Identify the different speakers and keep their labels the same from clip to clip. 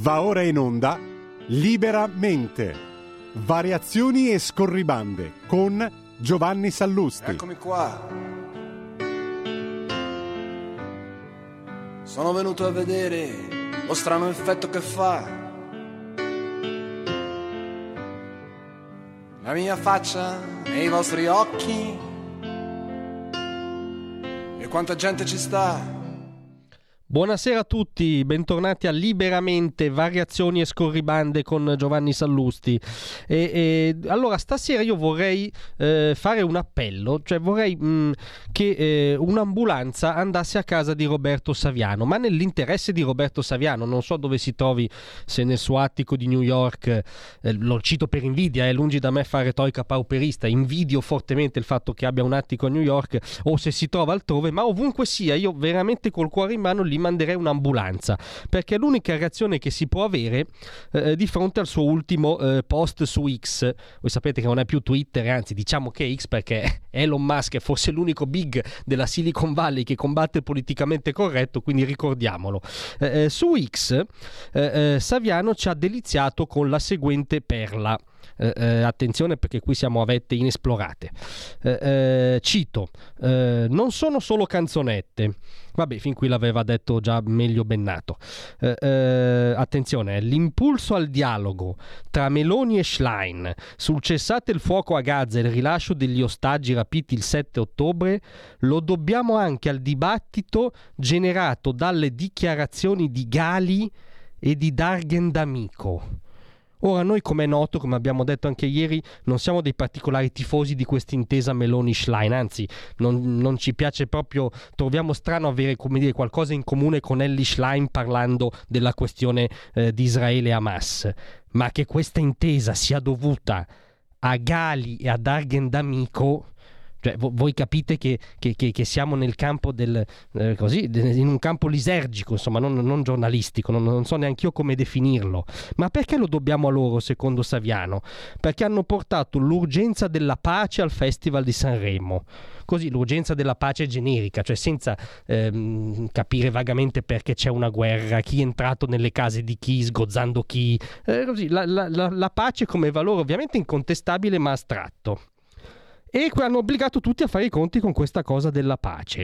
Speaker 1: Va ora in onda Liberamente. Variazioni e scorribande con Giovanni Sallusti.
Speaker 2: Eccomi qua. Sono venuto a vedere lo strano effetto che fa la mia faccia nei vostri occhi e quanta gente ci sta.
Speaker 3: Buonasera a tutti, bentornati a Liberamente, variazioni e scorribande con Giovanni Sallusti. Allora, stasera io vorrei fare un appello, cioè vorrei che un'ambulanza andasse a casa di Roberto Saviano, ma nell'interesse di Roberto Saviano. Non so dove si trovi, se nel suo attico di New York, lo cito per invidia, è lungi da me fare retorica pauperista, invidio fortemente il fatto che abbia un attico a New York, o se si trova altrove, ma ovunque sia, io veramente col cuore in mano gli manderei un'ambulanza, perché è l'unica reazione che si può avere di fronte al suo ultimo post su X. Voi sapete che non è più Twitter, anzi diciamo che è X, perché Elon Musk è forse l'unico big della Silicon Valley che combatte il politicamente corretto, quindi ricordiamolo. Su X Saviano ci ha deliziato con la seguente perla. Attenzione, perché qui siamo a vette inesplorate. Cito: non sono solo canzonette. Vabbè, fin qui l'aveva detto già meglio Bennato. Attenzione, l'impulso al dialogo tra Meloni e Schlein sul cessate il fuoco a Gaza e il rilascio degli ostaggi rapiti il 7 ottobre lo dobbiamo anche al dibattito generato dalle dichiarazioni di Gali e di Dargen D'Amico. Ora, noi, come è noto, come abbiamo detto anche ieri, non siamo dei particolari tifosi di questa intesa Meloni-Schlein, anzi non ci piace proprio, troviamo strano avere, come dire, qualcosa in comune con Elly Schlein parlando della questione di Israele e Hamas, ma che questa intesa sia dovuta a Gali e a Dargen D'Amico. Cioè, voi capite che siamo nel campo del in un campo lisergico, insomma, non giornalistico, non so neanche io come definirlo. Ma perché lo dobbiamo a loro, secondo Saviano? Perché hanno portato l'urgenza della pace al Festival di Sanremo. Così, l'urgenza della pace generica, cioè senza capire vagamente perché c'è una guerra, chi è entrato nelle case di chi, sgozzando chi. Così, la pace come valore ovviamente incontestabile ma astratto. E hanno obbligato tutti a fare i conti con questa cosa della pace,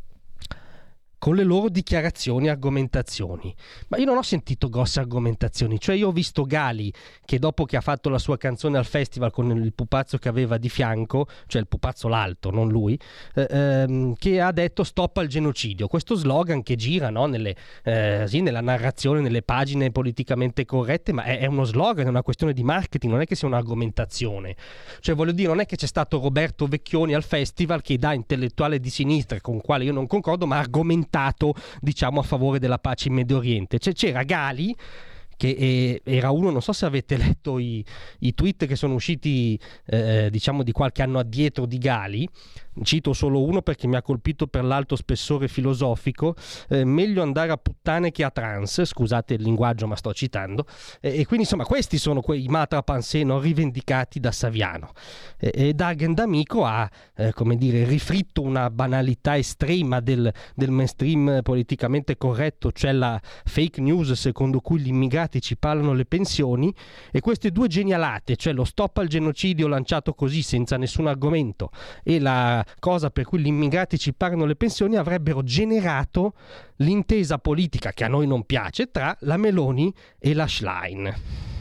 Speaker 3: con le loro dichiarazioni e argomentazioni. Ma io non ho sentito grosse argomentazioni, cioè io ho visto Gali che dopo che ha fatto la sua canzone al festival con il pupazzo che aveva di fianco, cioè il pupazzo l'alto, non lui, che ha detto stop al genocidio. Questo slogan che gira, no, nella narrazione, nelle pagine politicamente corrette, ma è uno slogan, è una questione di marketing, non è che sia un'argomentazione. Cioè, voglio dire, non è che c'è stato Roberto Vecchioni al festival che da intellettuale di sinistra, con il quale io non concordo, ma argomentato, diciamo, a favore della pace in Medio Oriente. C'era Gali, che era uno, non so se avete letto i tweet che sono usciti diciamo di qualche anno addietro di Gali. Cito solo uno perché mi ha colpito per l'alto spessore filosofico: meglio andare a puttane che a trans, scusate il linguaggio ma sto citando, e quindi insomma questi sono quei matra panseno rivendicati da Saviano. E Dargen D'Amico ha come dire rifritto una banalità estrema del mainstream politicamente corretto, cioè la fake news secondo cui gli immigrati ci parlano le pensioni, e queste due genialate, cioè lo stop al genocidio lanciato così senza nessun argomento e la cosa per cui gli immigrati ci pagano le pensioni, avrebbero generato l'intesa politica che a noi non piace tra la Meloni e la Schlein.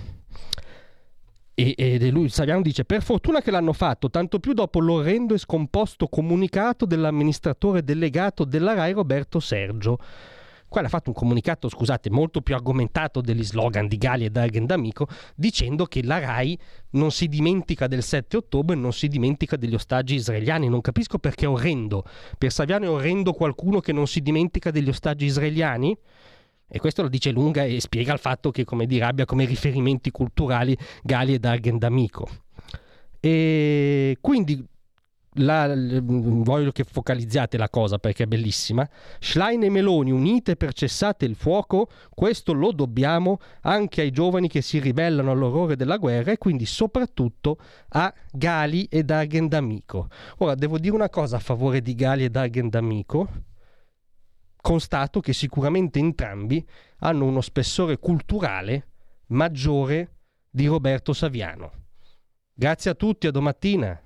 Speaker 3: E lui, Saviano, dice: per fortuna che l'hanno fatto, tanto più dopo l'orrendo e scomposto comunicato dell'amministratore delegato della RAI Roberto Sergio. Qua ha fatto un comunicato, scusate, molto più argomentato degli slogan di Gali e Dargen D'Amico, dicendo che la RAI non si dimentica del 7 ottobre, non si dimentica degli ostaggi israeliani. Non capisco perché è orrendo. Per Saviano è orrendo qualcuno che non si dimentica degli ostaggi israeliani? E questo lo dice lunga e spiega il fatto che, come dire, abbia come riferimenti culturali Gali e Dargen D'Amico. E quindi voglio che focalizziate la cosa perché è bellissima. Schlein e Meloni unite per cessate il fuoco, questo lo dobbiamo anche ai giovani che si ribellano all'orrore della guerra e quindi soprattutto a Gali e Dargen D'Amico. Ora devo dire una cosa a favore di Gali e Dargen D'Amico: constato che sicuramente entrambi hanno uno spessore culturale maggiore di Roberto Saviano. Grazie a tutti, a domattina.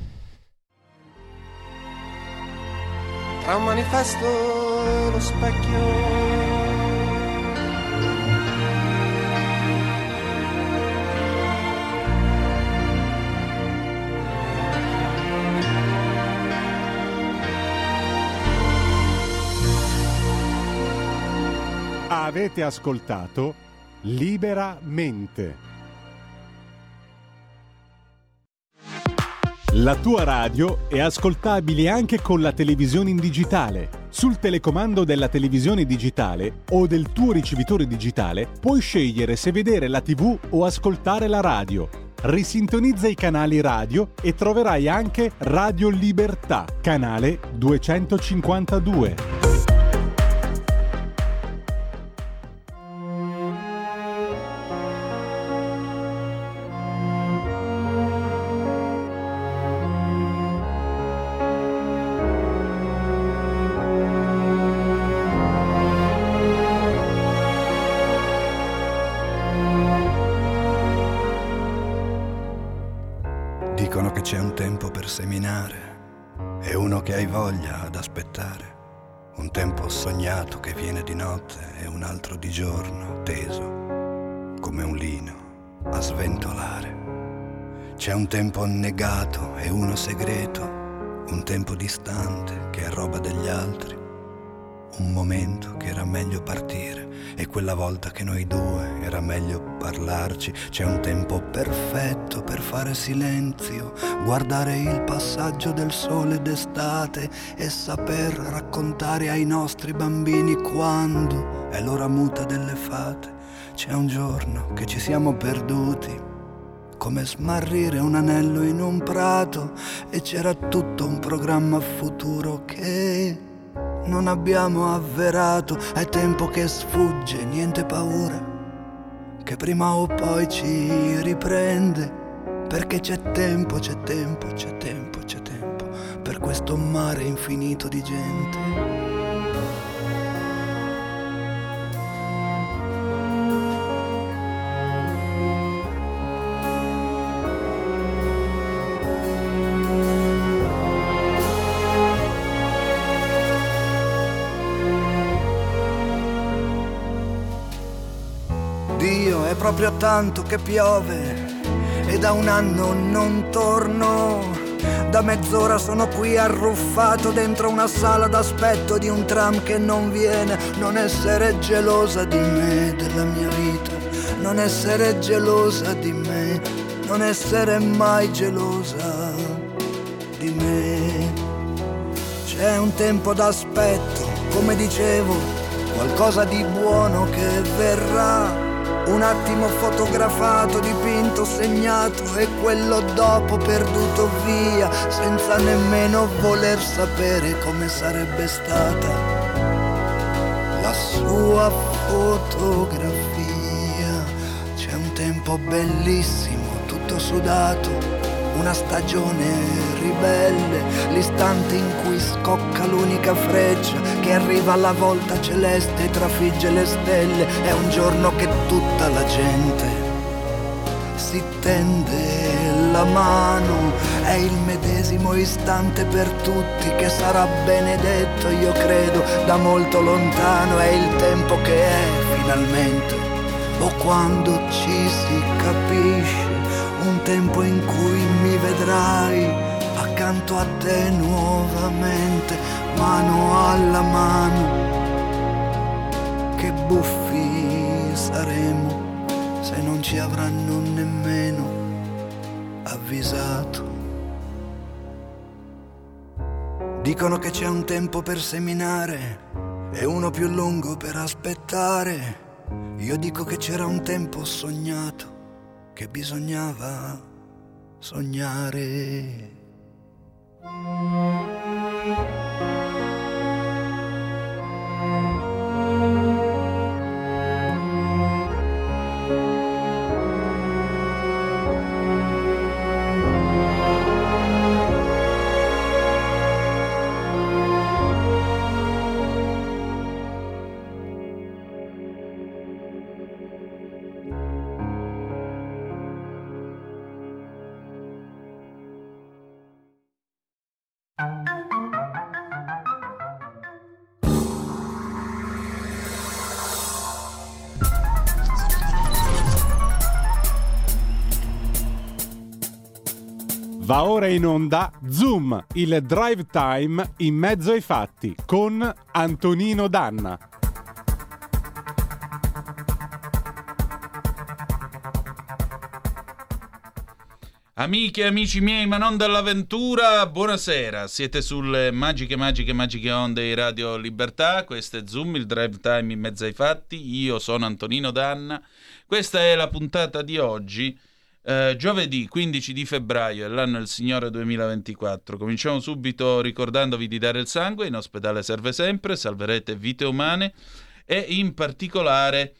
Speaker 2: Tra un manifesto e lo specchio,
Speaker 1: avete ascoltato Liberamente. La tua radio è ascoltabile anche con la televisione in digitale. Sul telecomando della televisione digitale o del tuo ricevitore digitale puoi scegliere se vedere la TV o ascoltare la radio. Risintonizza i canali radio e troverai anche Radio Libertà, canale 252.
Speaker 4: Dicono che c'è un tempo per seminare e uno che hai voglia ad aspettare, un tempo sognato che viene di notte e un altro di giorno teso come un lino a sventolare. C'è un tempo negato e uno segreto, un tempo distante che è roba degli altri, un momento che era meglio partire e quella volta che noi due era meglio parlarci. C'è un tempo perfetto per fare silenzio, guardare il passaggio del sole d'estate e saper raccontare ai nostri bambini quando è l'ora muta delle fate. C'è un giorno che ci siamo perduti, come smarrire un anello in un prato, e c'era tutto un programma futuro che non abbiamo avverato. È tempo che sfugge, niente paura, che prima o poi ci riprende, perché c'è tempo, c'è tempo, c'è tempo, c'è tempo per questo mare infinito di gente. Dio, è proprio tanto che piove e da un anno non torno. Da mezz'ora sono qui arruffato dentro una sala d'aspetto di un tram che non viene. Non essere gelosa di me, della mia vita, non essere gelosa di me, non essere mai gelosa di me. C'è un tempo d'aspetto, come dicevo, qualcosa di buono che verrà. Un attimo fotografato, dipinto, segnato e quello dopo perduto via, senza nemmeno voler sapere come sarebbe stata la sua fotografia. C'è un tempo bellissimo, tutto sudato, una stagione ribelle, l'istante in cui scocca l'unica freccia che arriva alla volta celeste e trafigge le stelle. È un giorno che tutta la gente si tende la mano, è il medesimo istante per tutti che sarà benedetto, io credo, da molto lontano. È il tempo che è finalmente, o quando ci si capisce, un tempo in cui mi vedrai accanto a te nuovamente, mano alla mano. Che buffi saremo se non ci avranno nemmeno avvisato. Dicono che c'è un tempo per seminare e uno più lungo per aspettare. Io dico che c'era un tempo sognato, che bisognava sognare.
Speaker 1: Va ora in onda Zoom, il drive time in mezzo ai fatti con Antonino Danna.
Speaker 5: Amiche e amici miei, ma non dell'avventura, buonasera. Siete sulle magiche onde di Radio Libertà. Questo è Zoom, il drive time in mezzo ai fatti. Io sono Antonino Danna. Questa è la puntata di oggi, giovedì 15 di febbraio, e l'anno del Signore 2024. Cominciamo subito ricordandovi di dare il sangue. In ospedale serve sempre, salverete vite umane e in particolare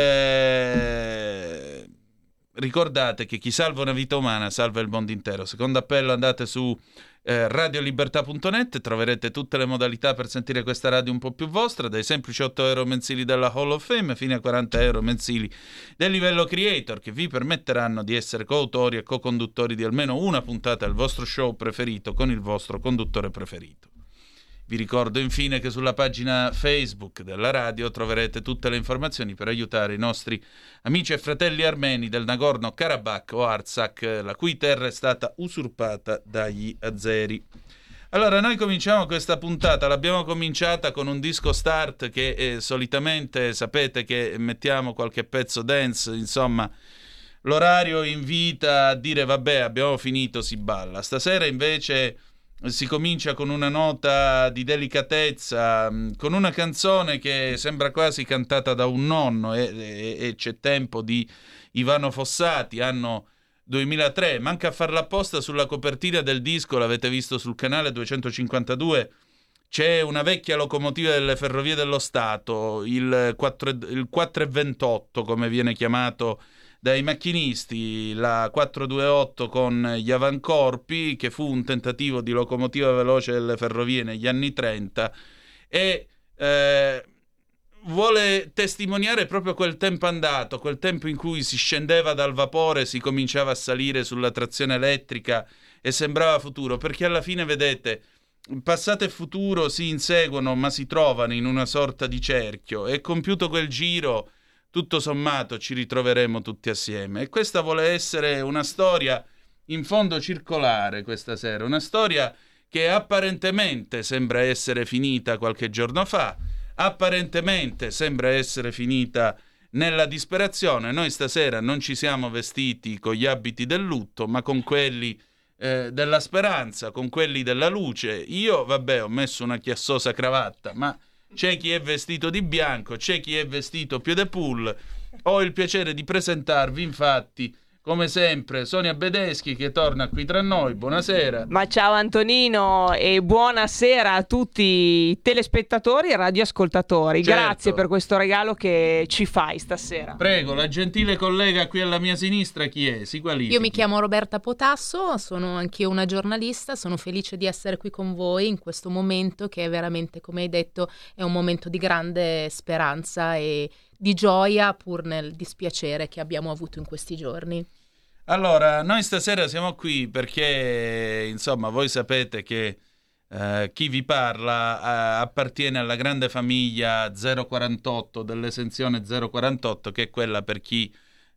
Speaker 5: ricordate che chi salva una vita umana salva il mondo intero. Secondo appello, andate su radiolibertà.net, troverete tutte le modalità per sentire questa radio un po' più vostra, dai semplici 8 euro mensili della Hall of Fame fino a 40 euro mensili del livello creator, che vi permetteranno di essere coautori e co-conduttori di almeno una puntata del vostro show preferito con il vostro conduttore preferito. Vi ricordo infine che sulla pagina Facebook della radio troverete tutte le informazioni per aiutare i nostri amici e fratelli armeni del Nagorno-Karabakh o Artsakh, la cui terra è stata usurpata dagli azeri. Allora, noi cominciamo questa puntata, l'abbiamo cominciata con un disco start che solitamente sapete che mettiamo qualche pezzo dance, insomma l'orario invita a dire vabbè, abbiamo finito, si balla. Stasera invece si comincia con una nota di delicatezza, con una canzone che sembra quasi cantata da un nonno, e c'è tempo di Ivano Fossati, anno 2003. Manca a farla apposta sulla copertina del disco, l'avete visto sul canale 252, c'è una vecchia locomotiva delle Ferrovie dello Stato, il 428 come viene chiamato dai macchinisti, la 428 con gli avancorpi, che fu un tentativo di locomotiva veloce delle ferrovie negli anni 30, e vuole testimoniare proprio quel tempo andato, quel tempo in cui si scendeva dal vapore, si cominciava a salire sulla trazione elettrica e sembrava futuro, perché alla fine, vedete, passato e futuro si inseguono ma si trovano in una sorta di cerchio, e compiuto quel giro tutto sommato ci ritroveremo tutti assieme. E questa vuole essere una storia in fondo circolare questa sera, una storia che apparentemente sembra essere finita qualche giorno fa, apparentemente sembra essere finita nella disperazione. Noi stasera non ci siamo vestiti con gli abiti del lutto, ma con quelli della speranza, con quelli della luce. Io, vabbè, ho messo una chiassosa cravatta, ma c'è chi è vestito di bianco, c'è chi è vestito più de pool. Ho il piacere di presentarvi, infatti, come sempre, Sonia Bedeschi, che torna qui tra noi. Buonasera.
Speaker 6: Ma ciao Antonino, e buonasera a tutti i telespettatori e radioascoltatori.
Speaker 5: Certo.
Speaker 6: Grazie per questo regalo che ci fai stasera.
Speaker 5: Prego, la gentile collega qui alla mia sinistra chi è? Si qualifichi.
Speaker 7: Io mi chiamo Roberta Potasso, sono anch'io una giornalista, sono felice di essere qui con voi in questo momento che è veramente, come hai detto, è un momento di grande speranza e di gioia, pur nel dispiacere che abbiamo avuto in questi giorni.
Speaker 5: Allora, noi stasera siamo qui perché, insomma, voi sapete che chi vi parla appartiene alla grande famiglia 048, dell'esenzione 048, che è quella per chi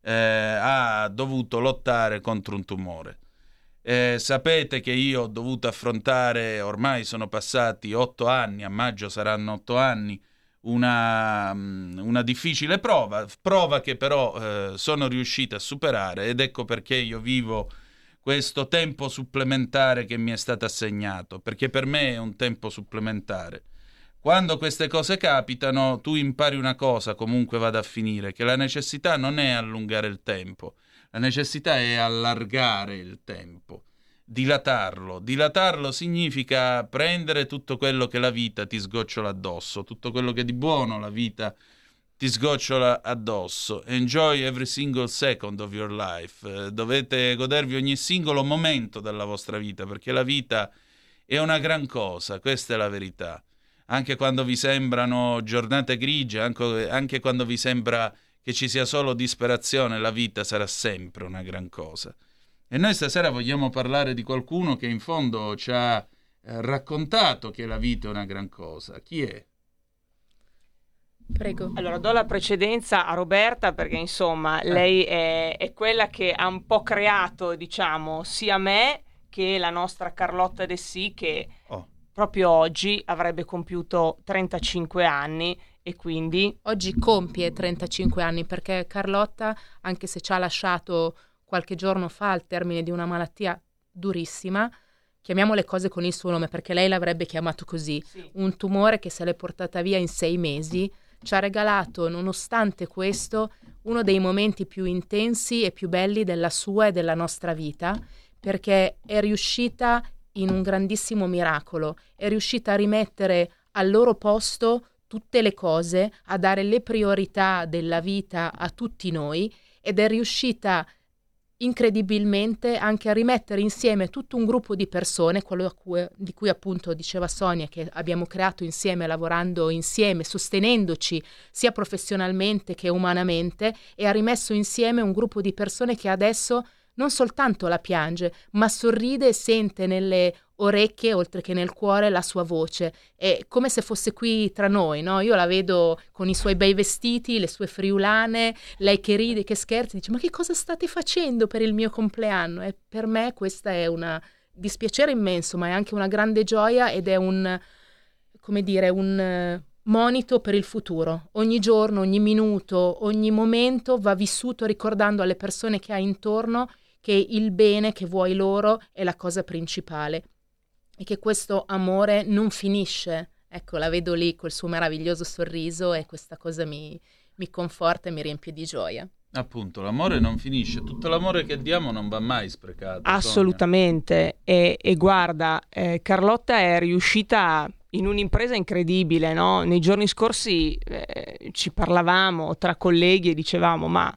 Speaker 5: ha dovuto lottare contro un tumore. Sapete che io ho dovuto affrontare, ormai sono passati 8 anni, a maggio saranno 8 anni, una difficile prova che però sono riuscito a superare, ed ecco perché io vivo questo tempo supplementare che mi è stato assegnato, perché per me è un tempo supplementare. Quando queste cose capitano, tu impari una cosa, comunque vada a finire, che la necessità non è allungare il tempo, la necessità è allargare il tempo. Dilatarlo significa prendere tutto quello che la vita ti sgocciola addosso, tutto quello che di buono la vita ti sgocciola addosso. Enjoy every single second of your life. Dovete godervi ogni singolo momento della vostra vita, perché la vita è una gran cosa, questa è la verità. Anche quando vi sembrano giornate grigie, anche quando vi sembra che ci sia solo disperazione, la vita sarà sempre una gran cosa. E noi stasera vogliamo parlare di qualcuno che in fondo ci ha raccontato che la vita è una gran cosa. Chi è?
Speaker 7: Prego.
Speaker 6: Allora, do la precedenza a Roberta perché, insomma, lei è quella che ha un po' creato, diciamo, sia me che la nostra Carlotta Dessì, che proprio oggi avrebbe compiuto 35 anni e quindi
Speaker 7: oggi compie 35 anni, perché Carlotta, anche se ci ha lasciato qualche giorno fa al termine di una malattia durissima, chiamiamo le cose con il suo nome perché lei l'avrebbe chiamato così, un tumore che se l'è portata via in 6 mesi, ci ha regalato, nonostante questo, uno dei momenti più intensi e più belli della sua e della nostra vita, perché è riuscita in un grandissimo miracolo, è riuscita a rimettere al loro posto tutte le cose, a dare le priorità della vita a tutti noi, ed è riuscita incredibilmente anche a rimettere insieme tutto un gruppo di persone, quello di cui appunto diceva Sonia, che abbiamo creato insieme, lavorando insieme, sostenendoci sia professionalmente che umanamente, e ha rimesso insieme un gruppo di persone che adesso non soltanto la piange, ma sorride e sente nelle orecchie, oltre che nel cuore, la sua voce. È come se fosse qui tra noi, no? Io la vedo con i suoi bei vestiti, le sue friulane, lei che ride, che scherza, dice: ma che cosa state facendo per il mio compleanno? E per me questa è una dispiacere immenso, ma è anche una grande gioia, ed è un, come dire, un monito per il futuro. Ogni giorno, ogni minuto, ogni momento va vissuto ricordando alle persone che hai intorno che il bene che vuoi loro è la cosa principale e che questo amore non finisce. Ecco, la vedo lì col suo meraviglioso sorriso e questa cosa mi conforta e mi riempie di gioia.
Speaker 5: Appunto, l'amore non finisce, tutto l'amore che diamo non va mai sprecato.
Speaker 6: Assolutamente. E guarda, Carlotta è riuscita in un'impresa incredibile, no? Nei giorni scorsi ci parlavamo tra colleghi e dicevamo: ma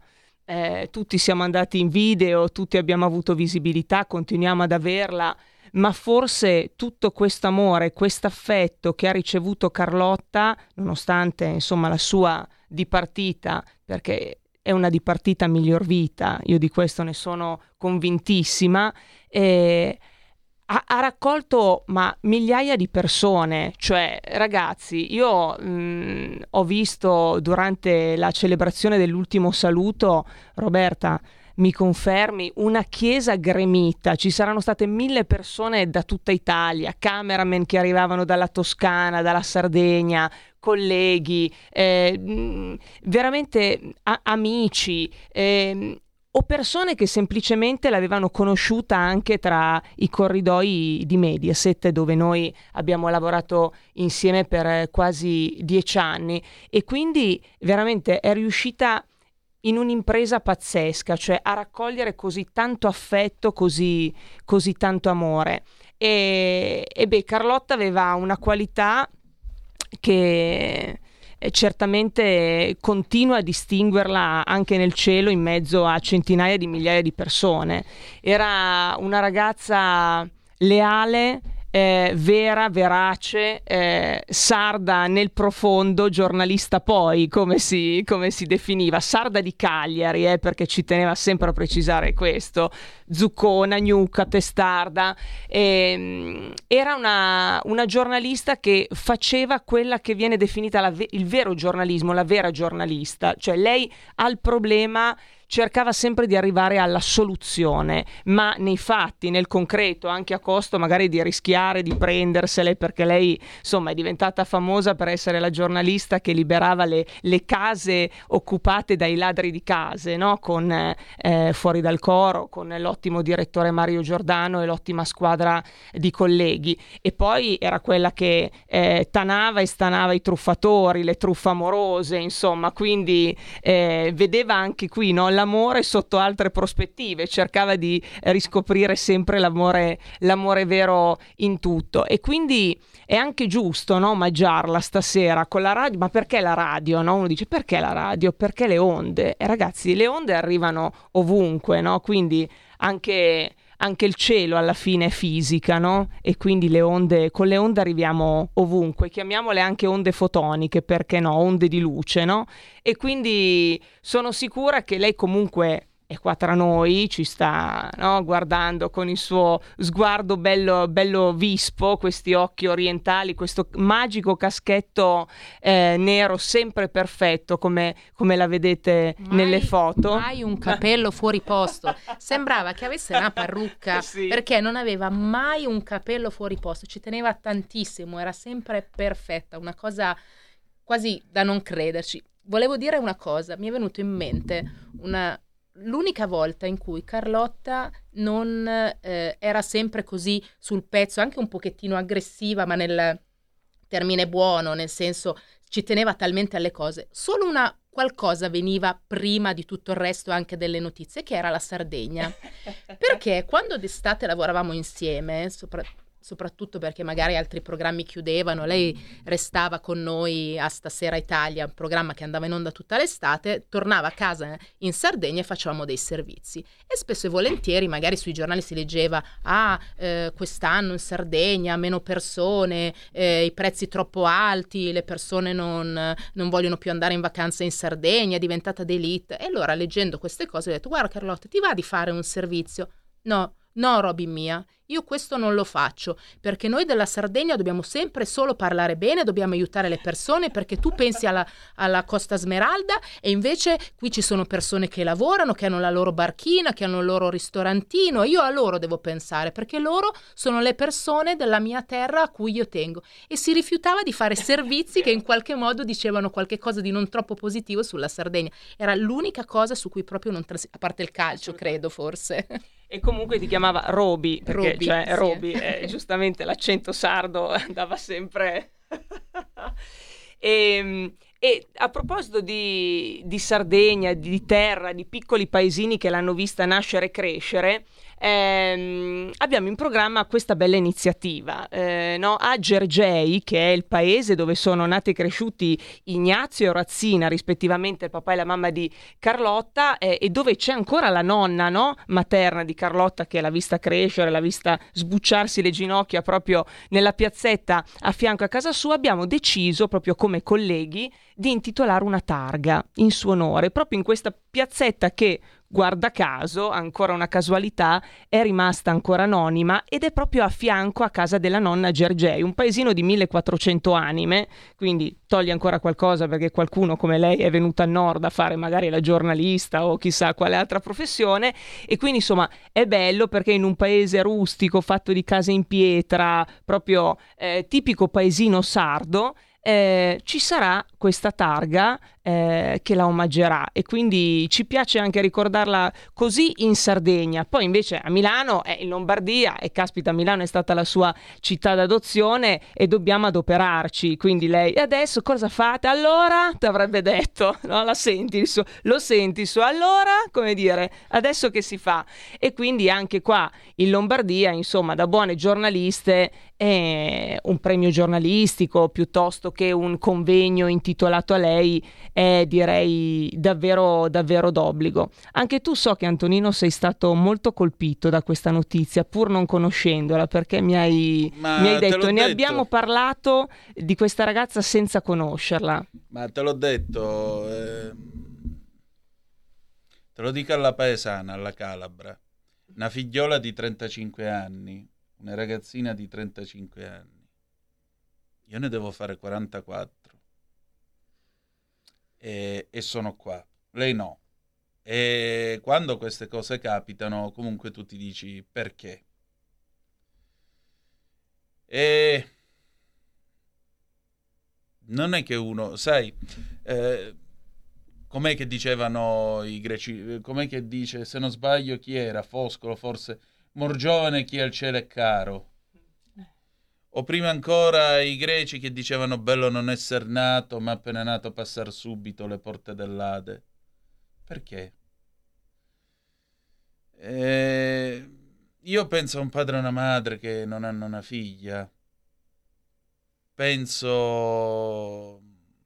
Speaker 6: tutti siamo andati in video, tutti abbiamo avuto visibilità, continuiamo ad averla, ma forse tutto questo amore, questo affetto che ha ricevuto Carlotta, nonostante insomma la sua dipartita, perché è una dipartita a miglior vita, io di questo ne sono convintissima, ha raccolto migliaia di persone. Cioè, ragazzi, io ho visto durante la celebrazione dell'ultimo saluto, Roberta, mi confermi, una chiesa gremita, ci saranno state 1000 persone da tutta Italia, cameraman che arrivavano dalla Toscana, dalla Sardegna, colleghi, veramente amici, o persone che semplicemente l'avevano conosciuta anche tra i corridoi di Mediaset, dove noi abbiamo lavorato insieme per quasi 10 anni, e quindi veramente è riuscita in un'impresa pazzesca, cioè a raccogliere così tanto affetto, così tanto amore. E Carlotta aveva una qualità che certamente continua a distinguerla anche nel cielo in mezzo a centinaia di migliaia di persone. Era una ragazza leale, vera, verace, sarda nel profondo, giornalista poi, come si definiva, sarda di Cagliari, perché ci teneva sempre a precisare questo, zuccona, gnocca, testarda. Era una giornalista che faceva quella che viene definita il vero giornalismo, la vera giornalista, cioè lei al problema cercava sempre di arrivare alla soluzione, ma nei fatti, nel concreto, anche a costo magari di rischiare di prendersele, perché lei insomma è diventata famosa per essere la giornalista che liberava le case occupate dai ladri di case, no? Con Fuori dal coro, con l'ottimo direttore Mario Giordano e l'ottima squadra di colleghi. E poi era quella che tanava e stanava i truffatori, le truffe amorose, insomma, quindi vedeva anche qui, no, l'amore sotto altre prospettive, cercava di riscoprire sempre l'amore vero in tutto. E quindi è anche giusto, no, omaggiarla stasera con la radio. Ma perché la radio, no? Uno dice: perché la radio? Perché le onde? E ragazzi, le onde arrivano ovunque, no? Quindi anche il cielo alla fine è fisica, no? E quindi con le onde arriviamo ovunque, chiamiamole anche onde fotoniche, perché no? Onde di luce, no? E quindi sono sicura che lei comunque è qua tra noi, ci sta, no, guardando con il suo sguardo bello vispo, questi occhi orientali, questo magico caschetto nero sempre perfetto come la vedete nelle foto.
Speaker 7: Mai un capello fuori posto, sembrava che avesse una parrucca,
Speaker 6: sì.
Speaker 7: Perché non aveva mai un capello fuori posto, ci teneva tantissimo, era sempre perfetta, una cosa quasi da non crederci. Volevo dire una cosa, mi è venuto in mente l'unica volta in cui Carlotta non era sempre così sul pezzo, anche un pochettino aggressiva, ma nel termine buono, nel senso ci teneva talmente alle cose. Solo qualcosa veniva prima di tutto il resto, anche delle notizie, che era la Sardegna. Perché quando d'estate lavoravamo insieme, soprattutto perché magari altri programmi chiudevano, lei restava con noi a Stasera Italia, un programma che andava in onda tutta l'estate, tornava a casa in Sardegna e facevamo dei servizi. E spesso e volentieri magari sui giornali si leggeva quest'anno in Sardegna meno persone, i prezzi troppo alti, le persone non vogliono più andare in vacanza in Sardegna, è diventata d'élite. E allora leggendo queste cose ho detto: guarda Carlotta, ti va di fare un servizio? No, Robin mia, io questo non lo faccio, perché noi della Sardegna dobbiamo sempre solo parlare bene, dobbiamo aiutare le persone, perché tu pensi alla Costa Smeralda e invece qui ci sono persone che lavorano, che hanno la loro barchina, che hanno il loro ristorantino, io a loro devo pensare, perché loro sono le persone della mia terra a cui io tengo. E si rifiutava di fare servizi che in qualche modo dicevano qualche cosa di non troppo positivo sulla Sardegna. Era l'unica cosa su cui proprio non a parte il calcio, credo, forse.
Speaker 6: E comunque ti chiamava Roby, perché
Speaker 7: Roby,
Speaker 6: Roby, giustamente l'accento sardo andava sempre. E a proposito di Sardegna, di terra, di piccoli paesini che l'hanno vista nascere e crescere, abbiamo in programma questa bella iniziativa, a Gergei, che è il paese dove sono nati e cresciuti Ignazio e Orazzina, rispettivamente il papà e la mamma di Carlotta, e dove c'è ancora la nonna, no, materna di Carlotta, che l'ha vista crescere, l'ha vista sbucciarsi le ginocchia proprio nella piazzetta a fianco a casa sua. Abbiamo deciso proprio come colleghi di intitolare una targa in suo onore proprio in questa piazzetta che, guarda caso, ancora una casualità, è rimasta ancora anonima ed è proprio a fianco a casa della nonna Gergei, un paesino di 1400 anime, quindi toglie ancora qualcosa perché qualcuno come lei è venuto al nord a fare magari la giornalista o chissà quale altra professione, e quindi insomma è bello perché in un paese rustico fatto di case in pietra, proprio tipico paesino sardo, ci sarà questa targa che la omaggerà, e quindi ci piace anche ricordarla così in Sardegna. Poi invece a Milano, in Lombardia, e caspita, Milano è stata la sua città d'adozione e dobbiamo adoperarci. Quindi lei: e adesso cosa fate? Allora, ti avrebbe detto, no? Lo senti il suo allora, come dire, adesso che si fa? E quindi anche qua in Lombardia, insomma, da buone giornaliste, un premio giornalistico piuttosto che un convegno intitolato a lei è, direi, davvero davvero d'obbligo. Anche tu, so che Antonino sei stato molto colpito da questa notizia pur non conoscendola, perché mi hai detto ne abbiamo parlato di questa ragazza senza conoscerla.
Speaker 5: Ma te l'ho detto, te lo dico alla paesana, alla calabra, una figliola di 35 anni, una ragazzina di 35 anni, io ne devo fare 44 e sono qua, lei no. E quando queste cose capitano, comunque tu ti dici perché. E non è che uno, sai, com'è che dicevano i greci, com'è che dice, se non sbaglio, chi era? Foscolo forse, mor giovane chi al cielo è caro. O prima ancora i greci che dicevano bello non esser nato, ma appena nato passar subito le porte dell'Ade. Perché? Io penso a un padre e una madre che non hanno una figlia. Penso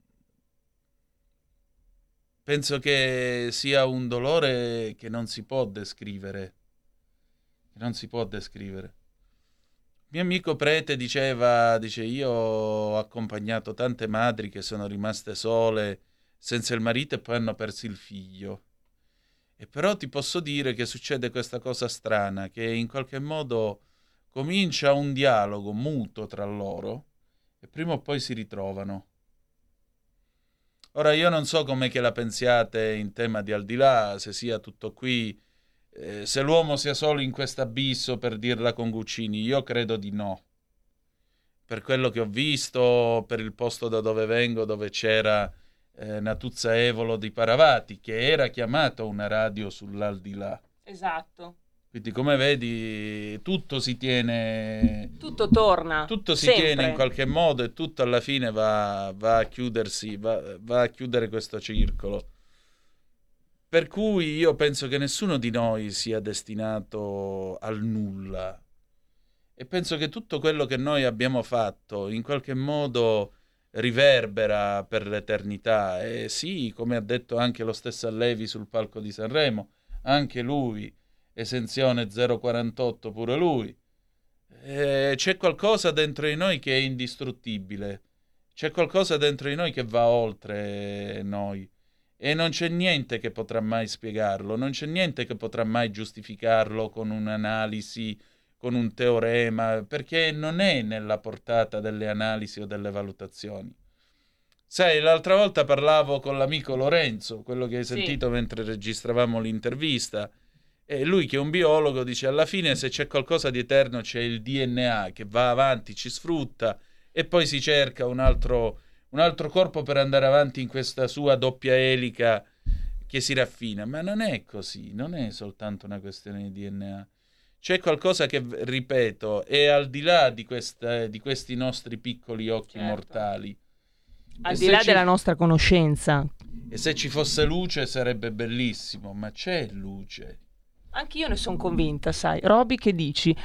Speaker 5: che sia un dolore che non si può descrivere. Non si può descrivere. Mio amico prete dice, io ho accompagnato tante madri che sono rimaste sole senza il marito e poi hanno perso il figlio. E però ti posso dire che succede questa cosa strana, che in qualche modo comincia un dialogo muto tra loro e prima o poi si ritrovano. Ora io non so com'è che la pensiate in tema di al di là, se sia tutto qui, se l'uomo sia solo in questo abisso, per dirla con Guccini. Io credo di no. Per quello che ho visto, per il posto da dove vengo, dove c'era Natuzza Evolo di Paravati, che era chiamato una radio sull'aldilà.
Speaker 6: Esatto.
Speaker 5: Quindi come vedi tutto si tiene,
Speaker 6: tutto torna,
Speaker 5: tutto si
Speaker 6: sempre.
Speaker 5: tiene in qualche modo, e tutto alla fine va a chiudersi, va a chiudere questo circolo. Per cui io penso che nessuno di noi sia destinato al nulla, e penso che tutto quello che noi abbiamo fatto in qualche modo riverbera per l'eternità. E sì, come ha detto anche lo stesso Allevi sul palco di Sanremo, anche lui esenzione 048, pure lui. C'è qualcosa dentro di noi che è indistruttibile, c'è qualcosa dentro di noi che va oltre noi, e non c'è niente che potrà mai spiegarlo, non c'è niente che potrà mai giustificarlo con un'analisi, con un teorema, perché non è nella portata delle analisi o delle valutazioni. Sai, l'altra volta parlavo con l'amico Lorenzo, quello che hai sentito mentre registravamo l'intervista, e lui, che è un biologo, dice: alla fine, se c'è qualcosa di eterno, c'è il DNA che va avanti, ci sfrutta, e poi si cerca un altro corpo per andare avanti in questa sua doppia elica che si raffina. Ma non è così, non è soltanto una questione di DNA. C'è qualcosa che, ripeto, è al di là di questi nostri piccoli occhi mortali.
Speaker 6: Al di là della nostra conoscenza.
Speaker 5: E se ci fosse luce sarebbe bellissimo, ma c'è luce.
Speaker 6: Anch'io ne sono convinta, sai. Roby, che dici?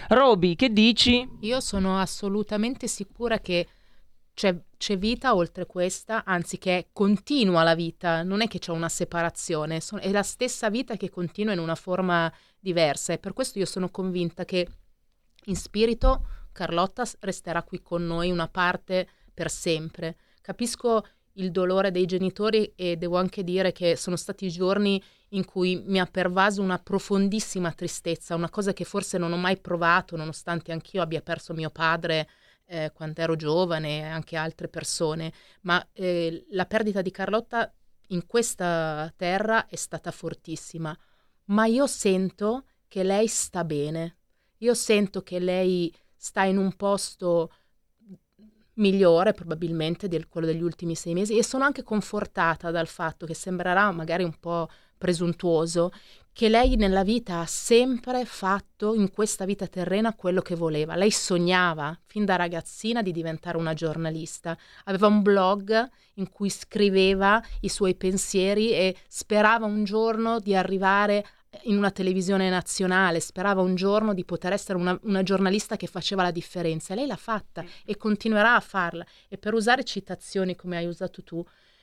Speaker 7: Io sono assolutamente sicura che c'è vita oltre questa, anzi che continua la vita, non è che c'è una separazione, è la stessa vita che continua in una forma diversa, e per questo io sono convinta che in spirito Carlotta resterà qui con noi una parte per sempre. Capisco il dolore dei genitori, e devo anche dire che sono stati giorni in cui mi ha pervaso una profondissima tristezza, una cosa che forse non ho mai provato, nonostante anch'io abbia perso mio padre quando ero giovane, e anche altre persone, ma la perdita di Carlotta in questa terra è stata fortissima. Ma io sento che lei sta bene, io sento che lei sta in un posto migliore probabilmente di quello degli ultimi 6 mesi, e sono anche confortata dal fatto che, sembrerà magari un po' presuntuoso, che lei nella vita ha sempre fatto, in questa vita terrena, quello che voleva. Lei sognava fin da ragazzina di diventare una giornalista, aveva un blog in cui scriveva i suoi pensieri e sperava un giorno di arrivare in una televisione nazionale, sperava un giorno di poter essere una giornalista che faceva la differenza. Lei l'ha fatta e continuerà a farla. E per usare citazioni come hai usato tu,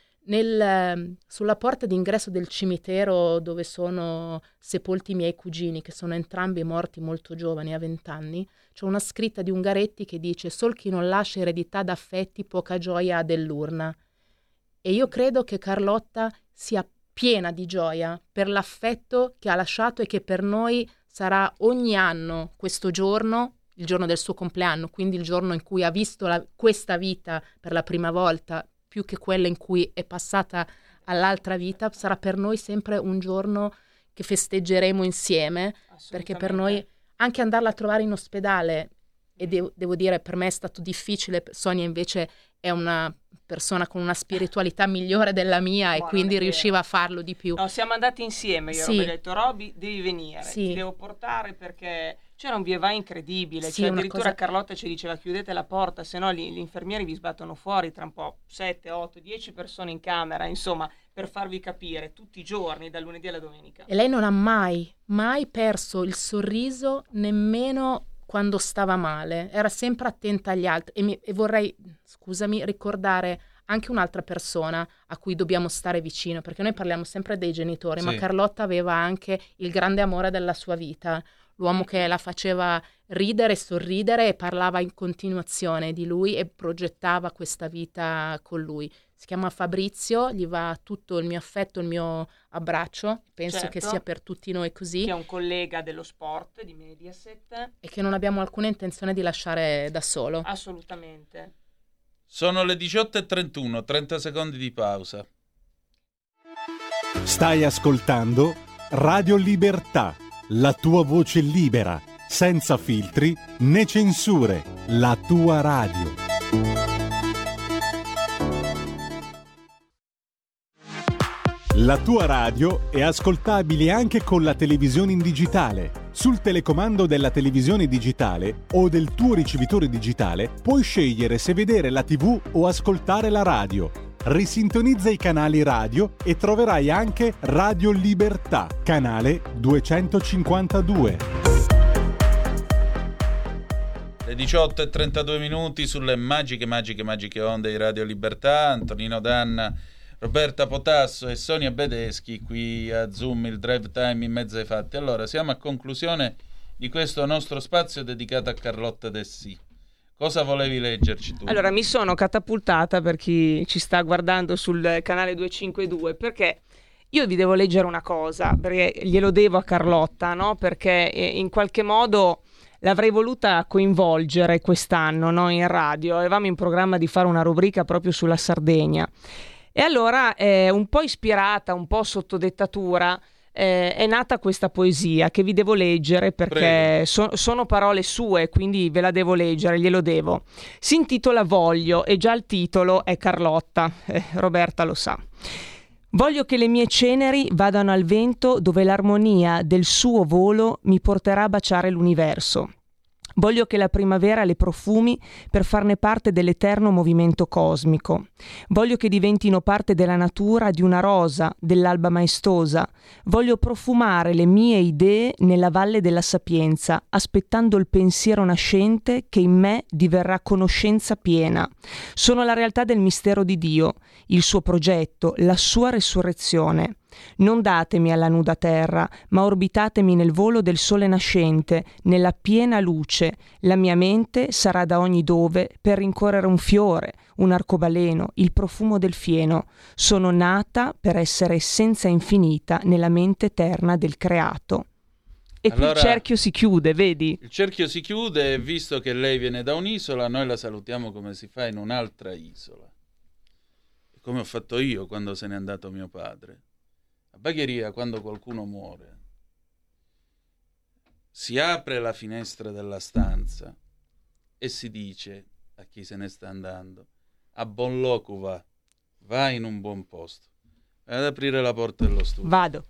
Speaker 7: sulla porta d'ingresso del cimitero dove sono sepolti i miei cugini, che sono entrambi morti molto giovani, a 20 anni, c'è una scritta di Ungaretti che dice: «Sol chi non lascia eredità d'affetti, poca gioia ha dell'urna». E io credo che Carlotta sia piena di gioia per l'affetto che ha lasciato, e che per noi sarà ogni anno questo giorno, il giorno del suo compleanno, quindi il giorno in cui ha visto questa vita per la prima volta, più che quella in cui è passata all'altra vita, sarà per noi sempre un giorno che festeggeremo insieme, perché per noi anche andarla a trovare in ospedale, e devo dire, per me è stato difficile. Sonia invece è una persona con una spiritualità migliore della mia, e quindi riusciva a farlo di più.
Speaker 6: No, siamo andati insieme, io ho detto: Roby, devi venire,
Speaker 7: sì,
Speaker 6: ti devo portare, perché c'era un via vai incredibile,
Speaker 7: sì,
Speaker 6: cioè addirittura Carlotta ci diceva: chiudete la porta, se no gli infermieri vi sbattono fuori tra un po', 7, 8, 10 persone in camera, insomma, per farvi capire, tutti i giorni, dal lunedì alla domenica.
Speaker 7: E lei non ha mai perso il sorriso, nemmeno quando stava male, era sempre attenta agli altri. E vorrei, scusami, ricordare anche un'altra persona a cui dobbiamo stare vicino, perché noi parliamo sempre dei genitori, ma Carlotta aveva anche il grande amore della sua vita, l'uomo che la faceva ridere e sorridere, e parlava in continuazione di lui e progettava questa vita con lui. Si chiama Fabrizio, gli va tutto il mio affetto, il mio abbraccio, penso
Speaker 6: Certo.
Speaker 7: che sia per tutti noi così.
Speaker 6: Che è un collega dello sport di Mediaset.
Speaker 7: E che non abbiamo alcuna intenzione di lasciare da solo.
Speaker 6: Assolutamente.
Speaker 5: Sono le 18:31, 30 secondi di pausa.
Speaker 1: Stai ascoltando Radio Libertà, la tua voce libera, senza filtri né censure, la tua radio. La tua radio è ascoltabile anche con la televisione in digitale. Sul telecomando della televisione digitale o del tuo ricevitore digitale puoi scegliere se vedere la TV o ascoltare la radio. Risintonizza i canali radio e troverai anche Radio Libertà, canale 252.
Speaker 5: Le 18:32 minuti sulle magiche onde di Radio Libertà. Antonino Danna, Roberta Potasso e Sonia Bedeschi qui a Zoom, il drive time in mezzo ai fatti. Allora, siamo a conclusione di questo nostro spazio dedicato a Carlotta Dessì. Cosa volevi leggerci tu?
Speaker 6: Allora, mi sono catapultata, per chi ci sta guardando sul canale 252, perché io vi devo leggere una cosa, perché glielo devo a Carlotta, no? Perché in qualche modo l'avrei voluta coinvolgere quest'anno, no? In radio. Avevamo in programma di fare una rubrica proprio sulla Sardegna. E allora, un po' ispirata, un po' sotto dettatura, è nata questa poesia che vi devo leggere, perché sono parole sue, quindi ve la devo leggere, glielo devo. Si intitola Voglio, e già il titolo è Carlotta, Roberta lo sa. Voglio che le mie ceneri vadano al vento dove l'armonia del suo volo mi porterà a baciare l'universo. Voglio che la primavera le profumi per farne parte dell'eterno movimento cosmico. Voglio che diventino parte della natura di una rosa, dell'alba maestosa. Voglio profumare le mie idee nella valle della sapienza, aspettando il pensiero nascente che in me diverrà conoscenza piena. Sono la realtà del mistero di Dio, il suo progetto, la sua resurrezione. Non datemi alla nuda terra, ma orbitatemi nel volo del sole nascente, nella piena luce. La mia mente sarà da ogni dove per rincorrere un fiore, un arcobaleno, il profumo del fieno. Sono nata per essere essenza infinita nella mente eterna del creato. E allora, qui il cerchio si chiude, vedi?
Speaker 5: Il cerchio si chiude, e visto che lei viene da un'isola, noi la salutiamo come si fa in un'altra isola. Come ho fatto io quando se n'è andato mio padre. A Bagheria, quando qualcuno muore, si apre la finestra della stanza e si dice a chi se ne sta andando: a buon loco va in un buon posto. Vai ad aprire la porta dello studio.
Speaker 6: Vado.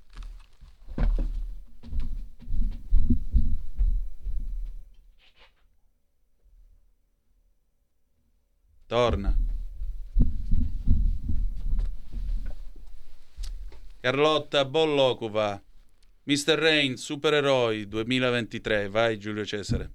Speaker 5: Torna. Carlotta Bollocova, Mr. Rain, Supereroi 2023. Vai Giulio Cesare.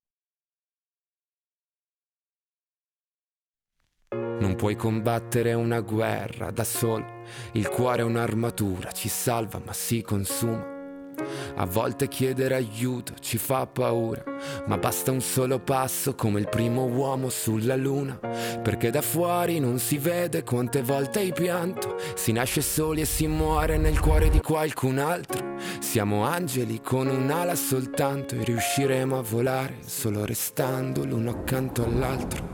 Speaker 8: Non puoi combattere una guerra da solo, il cuore è un'armatura, ci salva ma si consuma. A volte chiedere aiuto ci fa paura, ma basta un solo passo come il primo uomo sulla luna, perché da fuori non si vede quante volte hai pianto, si nasce soli e si muore nel cuore di qualcun altro. Siamo angeli con un'ala soltanto e riusciremo a volare solo restando l'uno accanto all'altro.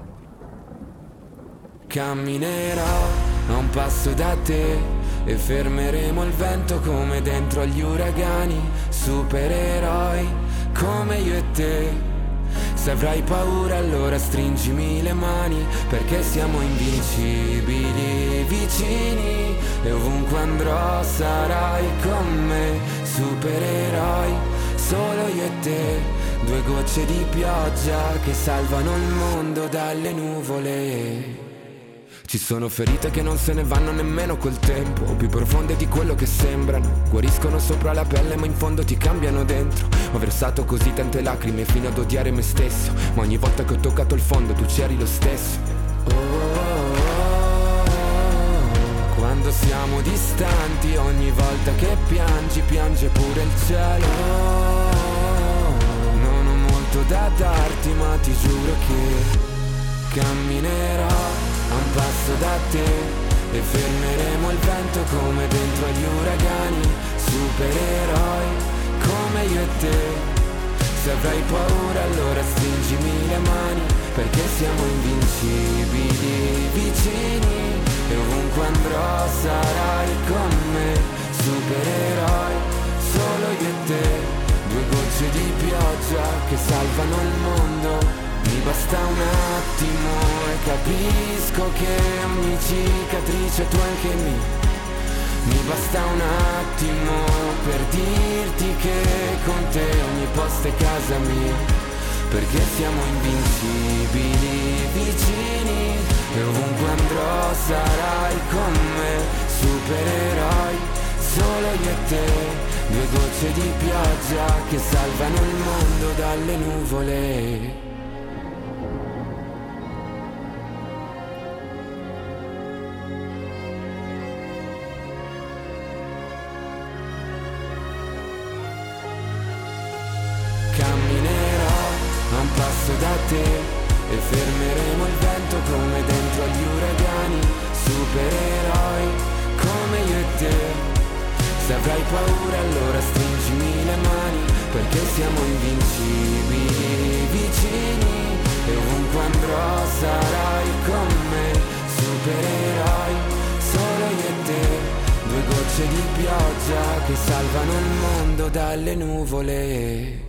Speaker 8: Camminerò a un passo da te e fermeremo il vento come dentro agli uragani. Supereroi come io e te. Se avrai paura allora stringimi le mani, perché siamo invincibili vicini e ovunque andrò sarai con me. Supereroi, solo io e te, due gocce di pioggia che salvano il mondo dalle nuvole. Ci sono ferite che non se ne vanno nemmeno col tempo, più profonde di quello che sembrano. Guariscono sopra la pelle ma in fondo ti cambiano dentro. Ho versato così tante lacrime fino ad odiare me stesso, ma ogni volta che ho toccato il fondo tu c'eri lo stesso. Quando siamo distanti, ogni volta che piangi, piange pure il cielo. da darti, ma ti giuro che camminerò a un passo da te e fermeremo il vento come dentro agli uragani. Supereroi come io e te. Se avrai paura allora stringimi le mani, perché siamo invincibili, vicini, e ovunque andrò sarai con me. Supereroi, solo io e te, 2 gocce di pioggia che salvano il mondo. Mi basta un attimo e capisco che ogni cicatrice tu anche mi basta un attimo per dirti che con te ogni posto è casa mia, perché siamo invincibili, vicini, e ovunque andrò sarai con me. Supereroi, solo io e te, 2 gocce di pioggia che salvano il mondo dalle nuvole. Da te e fermeremo il vento come dentro agli uragani. Supereroi come io e te. Se avrai paura allora stringimi le mani, perché siamo invincibili, vicini, e ovunque andrò sarai con me. Supereroi, solo io e te, 2 gocce di pioggia che salvano il mondo dalle nuvole.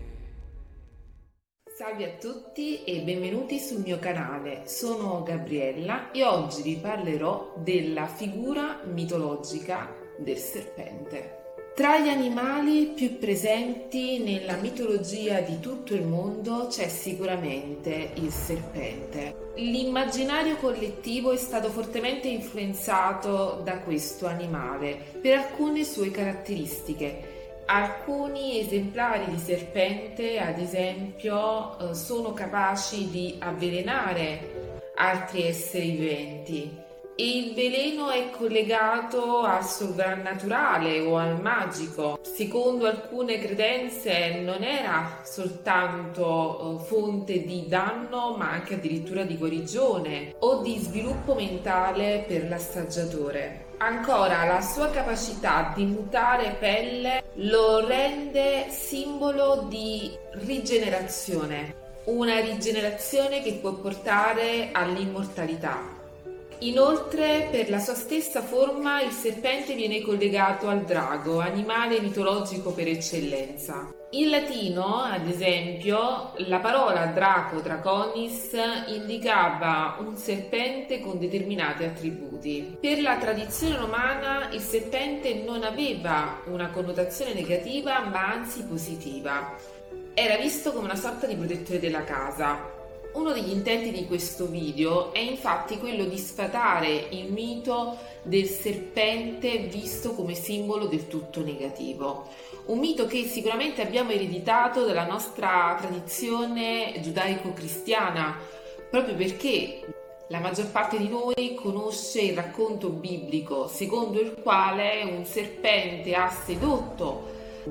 Speaker 9: Salve a tutti e benvenuti sul mio canale, sono Gabriella e oggi vi parlerò della figura mitologica del serpente. Tra gli animali più presenti nella mitologia di tutto il mondo c'è sicuramente il serpente. L'immaginario collettivo è stato fortemente influenzato da questo animale per alcune sue caratteristiche. Alcuni esemplari di serpente, ad esempio, sono capaci di avvelenare altri esseri viventi e il veleno è collegato al sovrannaturale o al magico. Secondo alcune credenze non era soltanto fonte di danno, ma anche addirittura di guarigione o di sviluppo mentale per l'assaggiatore. Ancora, la sua capacità di mutare pelle lo rende simbolo di rigenerazione, una rigenerazione che può portare all'immortalità. Inoltre, per la sua stessa forma, il serpente viene collegato al drago, animale mitologico per eccellenza. In latino, ad esempio, la parola draco, draconis, indicava un serpente con determinati attributi. Per la tradizione romana, il serpente non aveva una connotazione negativa, ma anzi positiva. Era visto come una sorta di protettore della casa. Uno degli intenti di questo video è infatti quello di sfatare il mito del serpente visto come simbolo del tutto negativo. Un mito che sicuramente abbiamo ereditato dalla nostra tradizione giudaico-cristiana, proprio perché la maggior parte di noi conosce il racconto biblico secondo il quale un serpente ha sedotto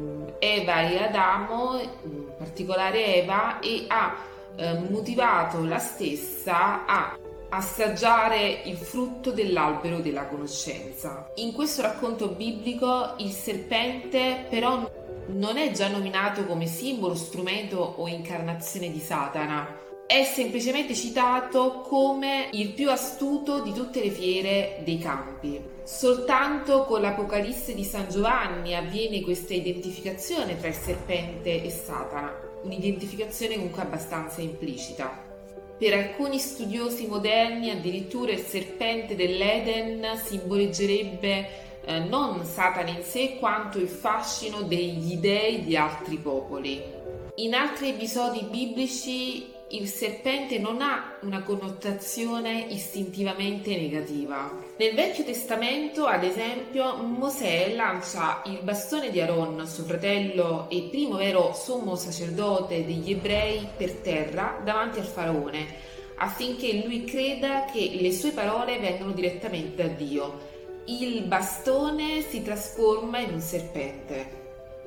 Speaker 9: Eva e Adamo, in particolare Eva, e ha motivato la stessa a assaggiare il frutto dell'albero della conoscenza. In questo racconto biblico il serpente però non è già nominato come simbolo, strumento o incarnazione di Satana, è semplicemente citato come il più astuto di tutte le fiere dei campi. Soltanto con l'Apocalisse di San Giovanni avviene questa identificazione tra il serpente e Satana, un'identificazione comunque abbastanza implicita. Per alcuni studiosi moderni addirittura il serpente dell'Eden simboleggerebbe non Satana in sé quanto il fascino degli dei di altri popoli. In altri episodi biblici il serpente non ha una connotazione istintivamente negativa. Nel Vecchio Testamento, ad esempio, Mosè lancia il bastone di Aaron, suo fratello e primo vero sommo sacerdote degli ebrei, per terra davanti al faraone, affinché lui creda che le sue parole vengono direttamente da Dio. Il bastone si trasforma in un serpente.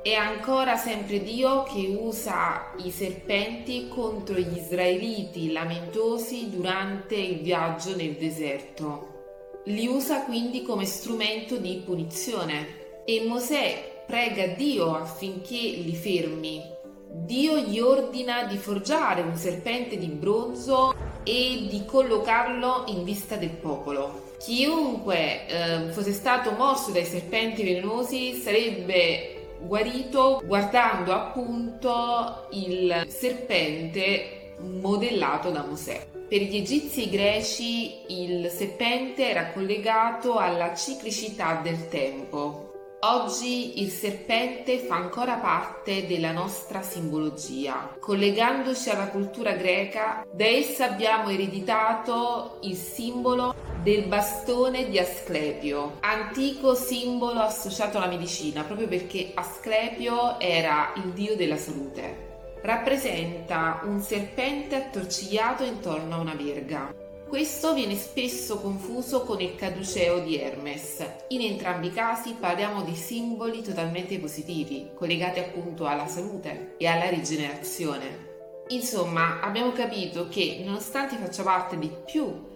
Speaker 9: È ancora sempre Dio che usa i serpenti contro gli israeliti lamentosi durante il viaggio nel deserto. Li usa quindi come strumento di punizione e Mosè prega Dio affinché li fermi. Dio gli ordina di forgiare un serpente di bronzo e di collocarlo in vista del popolo. Chiunque fosse stato morso dai serpenti velenosi sarebbe guarito guardando appunto il serpente modellato da Mosè. Per gli egizi e i greci il serpente era collegato alla ciclicità del tempo. Oggi il serpente fa ancora parte della nostra simbologia. Collegandoci alla cultura greca, da essa abbiamo ereditato il simbolo del bastone di Asclepio, antico simbolo associato alla medicina, proprio perché Asclepio era il dio della salute. Rappresenta un serpente attorcigliato intorno a una verga. Questo viene spesso confuso con il caduceo di Hermes. In entrambi i casi parliamo di simboli totalmente positivi, collegati appunto alla salute e alla rigenerazione. Insomma, abbiamo capito che nonostante faccia parte di più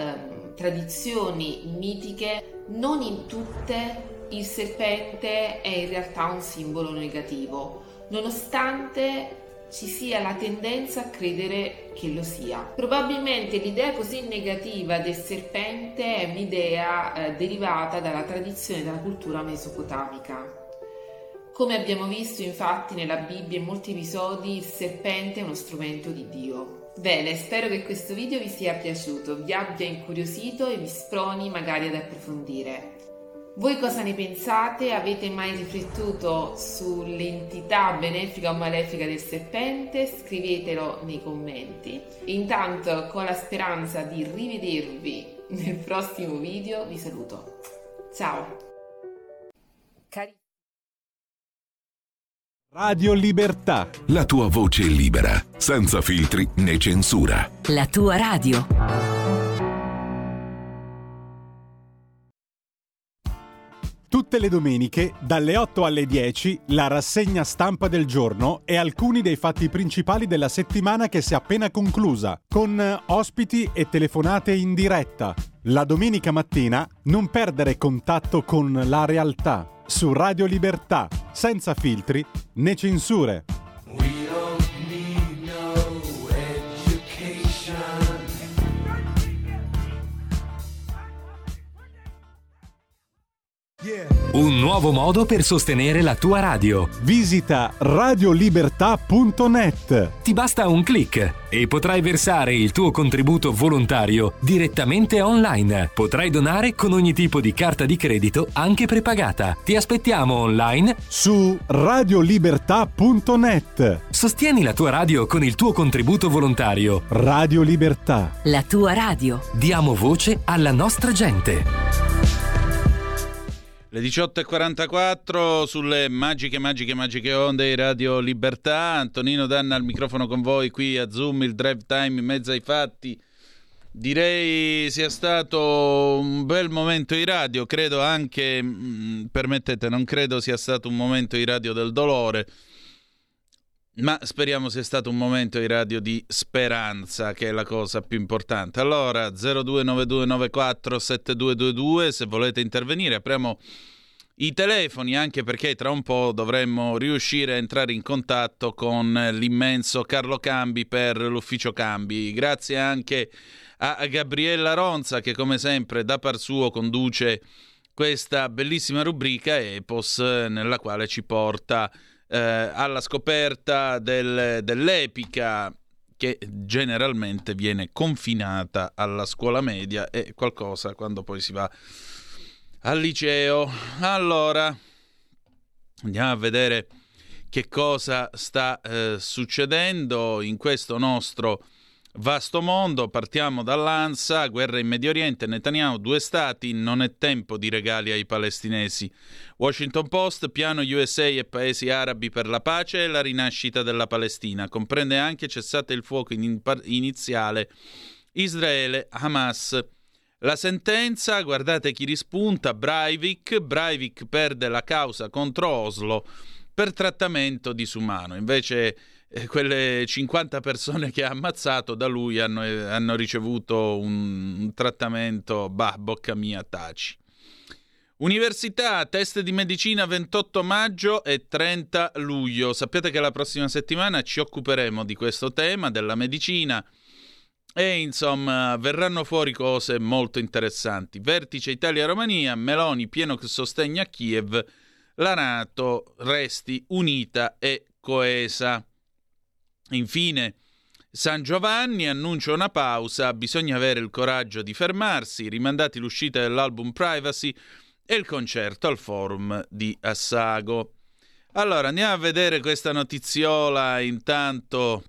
Speaker 9: tradizioni mitiche, non in tutte il serpente è in realtà un simbolo negativo, nonostante ci sia la tendenza a credere che lo sia. Probabilmente l'idea così negativa del serpente è un'idea derivata dalla tradizione della cultura mesopotamica. Come abbiamo visto infatti nella Bibbia in molti episodi, il serpente è uno strumento di Dio. Bene, spero che questo video vi sia piaciuto, vi abbia incuriosito e vi sproni magari ad approfondire. Voi cosa ne pensate? Avete mai riflettuto sull'entità benefica o malefica del serpente? Scrivetelo nei commenti. Intanto, con la speranza di rivedervi nel prossimo video, vi saluto. Ciao!
Speaker 1: Radio Libertà.
Speaker 10: La tua voce libera, senza filtri né censura.
Speaker 11: La tua radio.
Speaker 1: Tutte le domeniche, dalle 8 alle 10, la rassegna stampa del giorno e alcuni dei fatti principali della settimana che si è appena conclusa, con ospiti e telefonate in diretta. La domenica mattina non perdere contatto con la realtà, su Radio Libertà, senza filtri né censure.
Speaker 12: Un nuovo modo per sostenere la tua radio.
Speaker 1: Visita radiolibertà.net.
Speaker 12: Ti basta un click e potrai versare il tuo contributo volontario direttamente online. Potrai donare con ogni tipo di carta di credito, anche prepagata. Ti aspettiamo online
Speaker 1: su radiolibertà.net.
Speaker 12: Sostieni la tua radio con il tuo contributo volontario.
Speaker 1: Radio Libertà.
Speaker 11: La tua radio.
Speaker 12: Diamo voce alla nostra gente.
Speaker 5: Le 18.44 sulle magiche onde di Radio Libertà. Antonino Danna al microfono con voi qui a Zoom, il drive time in mezzo ai fatti. Direi sia stato un bel momento di radio, credo anche, permettete, non credo sia stato un momento di radio del dolore, ma speriamo sia stato un momento di radio di speranza, che è la cosa più importante. Allora, 0292947222, se volete intervenire, apriamo i telefoni, anche perché tra un po' dovremmo riuscire a entrare in contatto con l'immenso Carlo Cambi per l'ufficio cambi. Grazie anche a Gabriella Ronza, che come sempre da par suo conduce questa bellissima rubrica Epos, nella quale ci porta alla scoperta dell'epica, che generalmente viene confinata alla scuola media e qualcosa quando poi si va al liceo. Allora andiamo a vedere che cosa sta succedendo in questo nostro vasto mondo. Partiamo dall'ANSA, guerra in Medio Oriente, Netanyahu, 2 stati, non è tempo di regali ai palestinesi. Washington Post, piano USA e paesi arabi per la pace e la rinascita della Palestina, comprende anche cessate il fuoco iniziale Israele, Hamas. La sentenza, guardate chi rispunta, Breivik perde la causa contro Oslo, per trattamento disumano. Invece quelle 50 persone che ha ammazzato da lui hanno ricevuto un trattamento, bocca mia, taci. Università, test di medicina 28 maggio e 30 luglio. Sappiate che la prossima settimana ci occuperemo di questo tema, della medicina, e insomma verranno fuori cose molto interessanti. Vertice Italia-Romania, Meloni pieno sostegno a Kiev, la NATO resti unita e coesa. Infine, San Giovanni annuncia una pausa, bisogna avere il coraggio di fermarsi, rimandati l'uscita dell'album Privacy e il concerto al forum di Assago. Allora, andiamo a vedere questa notiziola intanto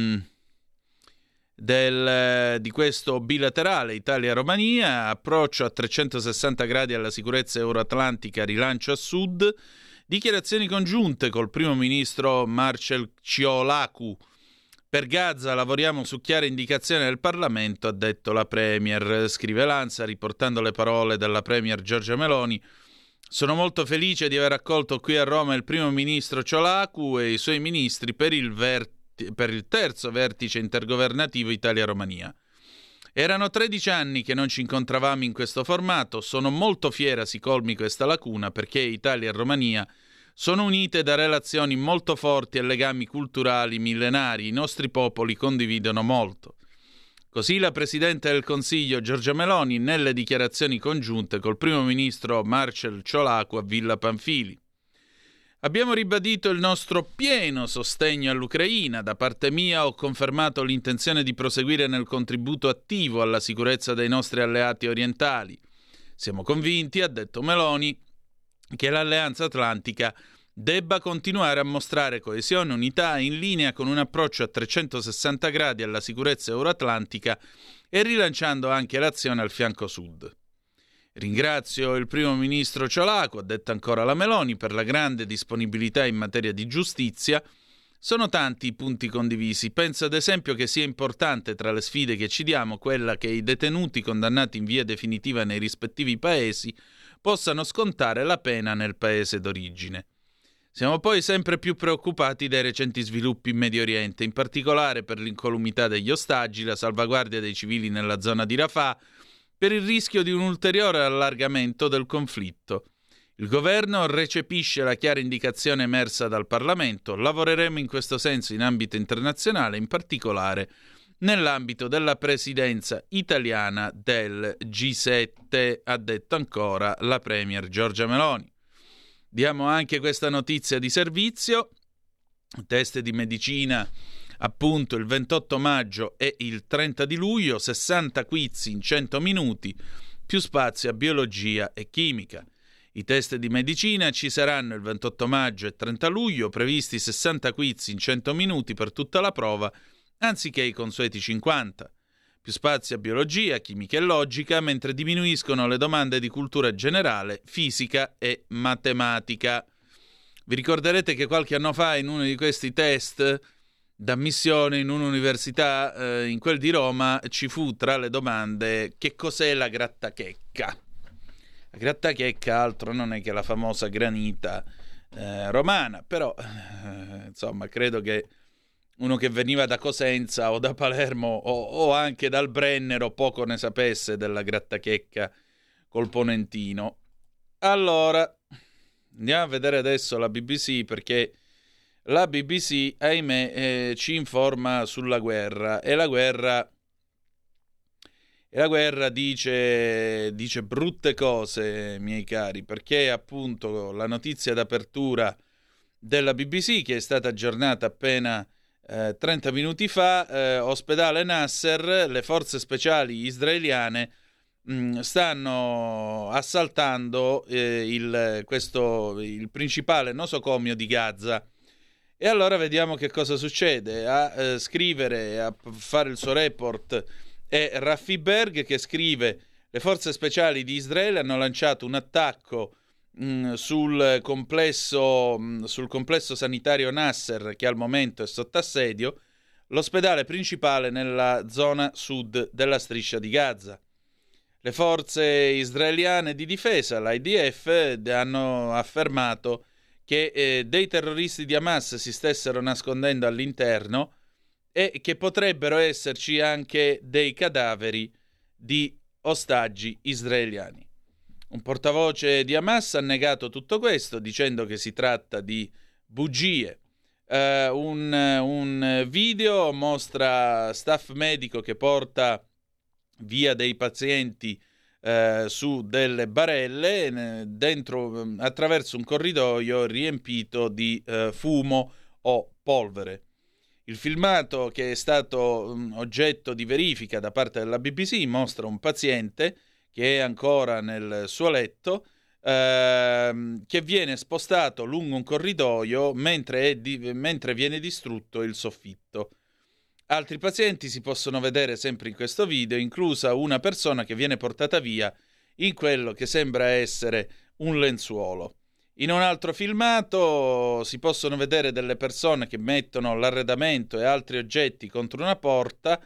Speaker 5: di questo bilaterale Italia-Romania, approccio a 360 gradi alla sicurezza euroatlantica, rilancio a sud, dichiarazioni congiunte col primo ministro Marcel Ciolacu. Per Gaza lavoriamo su chiare indicazioni del Parlamento, ha detto la Premier, scrive l'Ansa, riportando le parole della Premier Giorgia Meloni. Sono molto felice di aver accolto qui a Roma il primo ministro Ciolacu e i suoi ministri per il terzo vertice intergovernativo Italia-Romania. Erano 13 anni che non ci incontravamo in questo formato, sono molto fiera si colmi questa lacuna perché Italia e Romania sono unite da relazioni molto forti e legami culturali millenari, i nostri popoli condividono molto. Così la Presidente del Consiglio Giorgia Meloni nelle dichiarazioni congiunte col Primo Ministro Marcel Ciolacu a Villa Pamphili. Abbiamo ribadito il nostro pieno sostegno all'Ucraina. Da parte mia ho confermato l'intenzione di proseguire nel contributo attivo alla sicurezza dei nostri alleati orientali. Siamo convinti, ha detto Meloni, che l'Alleanza Atlantica debba continuare a mostrare coesione e unità in linea con un approccio a 360 gradi alla sicurezza euroatlantica e rilanciando anche l'azione al fianco sud. Ringrazio il primo ministro Ciolacu, ha detto ancora la Meloni, per la grande disponibilità in materia di giustizia. Sono tanti i punti condivisi. Penso ad esempio che sia importante tra le sfide che ci diamo quella che i detenuti condannati in via definitiva nei rispettivi paesi possano scontare la pena nel paese d'origine. Siamo poi sempre più preoccupati dai recenti sviluppi in Medio Oriente, in particolare per l'incolumità degli ostaggi, la salvaguardia dei civili nella zona di Rafah, per il rischio di un ulteriore allargamento del conflitto. Il governo recepisce la chiara indicazione emersa dal Parlamento, lavoreremo in questo senso in ambito internazionale, in particolare nell'ambito della presidenza italiana del G7, ha detto ancora la Premier Giorgia Meloni. Diamo anche questa notizia di servizio, test di medicina appunto il 28 maggio e il 30 di luglio, 60 quiz in 100 minuti, più spazio a biologia e chimica. I test di medicina ci saranno il 28 maggio e 30 luglio, previsti 60 quiz in 100 minuti per tutta la prova, anziché i consueti 50. Più spazio a biologia, chimica e logica, mentre diminuiscono le domande di cultura generale, fisica e matematica. Vi ricorderete che qualche anno fa in uno di questi test d'ammissione in un'università, in quel di Roma, ci fu tra le domande che cos'è la grattachecca. La grattachecca altro non è che la famosa granita romana, però insomma credo che uno che veniva da Cosenza o da Palermo o anche dal Brennero poco ne sapesse della grattachecca col ponentino. Allora, andiamo a vedere adesso la BBC, perché la BBC, ahimè, ci informa sulla guerra e la guerra dice brutte cose, miei cari, perché appunto la notizia d'apertura della BBC, che è stata aggiornata appena 30 minuti fa, ospedale Nasser, le forze speciali israeliane stanno assaltando il principale nosocomio di Gaza. E allora vediamo che cosa succede. A scrivere, a fare il suo report è Raffi Berg, che scrive: le forze speciali di Israele hanno lanciato un attacco sul complesso sanitario Nasser, che al momento è sotto assedio, l'ospedale principale nella zona sud della striscia di Gaza. Le forze israeliane di difesa, l'IDF, hanno affermato che dei terroristi di Hamas si stessero nascondendo all'interno e che potrebbero esserci anche dei cadaveri di ostaggi israeliani. Un portavoce di Hamas ha negato tutto questo, dicendo che si tratta di bugie. Un video mostra staff medico che porta via dei pazienti su delle barelle dentro, attraverso un corridoio riempito di fumo o polvere. Il filmato, che è stato oggetto di verifica da parte della BBC, mostra un paziente che è ancora nel suo letto, che viene spostato lungo un corridoio mentre viene distrutto il soffitto. Altri pazienti si possono vedere sempre in questo video, inclusa una persona che viene portata via in quello che sembra essere un lenzuolo. In un altro filmato si possono vedere delle persone che mettono l'arredamento e altri oggetti contro una porta,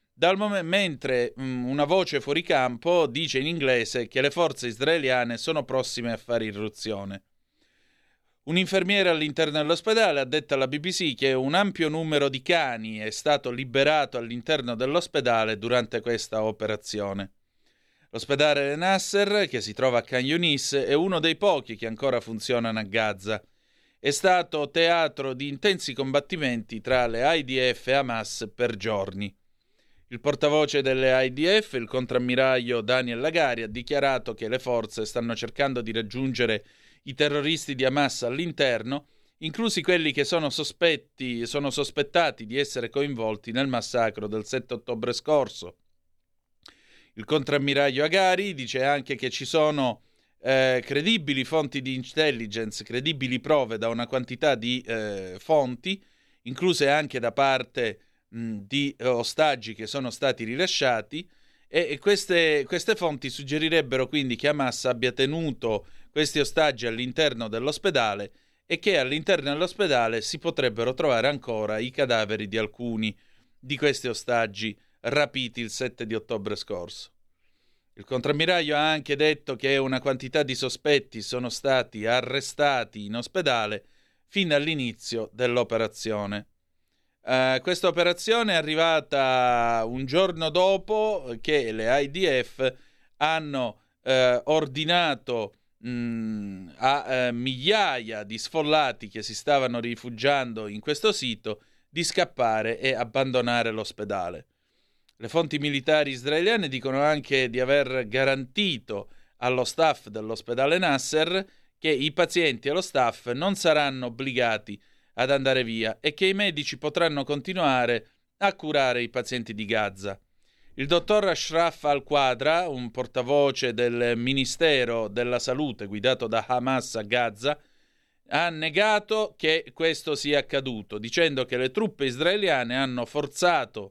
Speaker 5: mentre una voce fuori campo dice in inglese che le forze israeliane sono prossime a fare irruzione. Un infermiere all'interno dell'ospedale ha detto alla BBC che un ampio numero di cani è stato liberato all'interno dell'ospedale durante questa operazione. L'ospedale Nasser, che si trova a Khan Yunis, è uno dei pochi che ancora funzionano a Gaza. È stato teatro di intensi combattimenti tra le IDF e Hamas per giorni. Il portavoce delle IDF, il contrammiraglio Daniel Lagari, ha dichiarato che le forze stanno cercando di raggiungere i terroristi di Hamas all'interno, inclusi quelli che sono sospettati di essere coinvolti nel massacro del 7 ottobre scorso. Il contrammiraglio Agari dice anche che ci sono credibili fonti di intelligence, credibili prove da una quantità di fonti, incluse anche da parte di ostaggi che sono stati rilasciati, e queste fonti suggerirebbero quindi che Hamas abbia tenuto questi ostaggi all'interno dell'ospedale e che all'interno dell'ospedale si potrebbero trovare ancora i cadaveri di alcuni di questi ostaggi rapiti il 7 di ottobre scorso. Il contrammiraglio ha anche detto che una quantità di sospetti sono stati arrestati in ospedale fin dall'inizio dell'operazione. Questa operazione è arrivata un giorno dopo che le IDF hanno ordinato a migliaia di sfollati che si stavano rifugiando in questo sito di scappare e abbandonare l'ospedale. Le fonti militari israeliane dicono anche di aver garantito allo staff dell'ospedale Nasser che i pazienti e lo staff non saranno obbligati ad andare via e che i medici potranno continuare a curare i pazienti di Gaza. Il dottor Ashraf Al-Quadra, un portavoce del Ministero della Salute guidato da Hamas a Gaza, ha negato che questo sia accaduto, dicendo che le truppe israeliane hanno forzato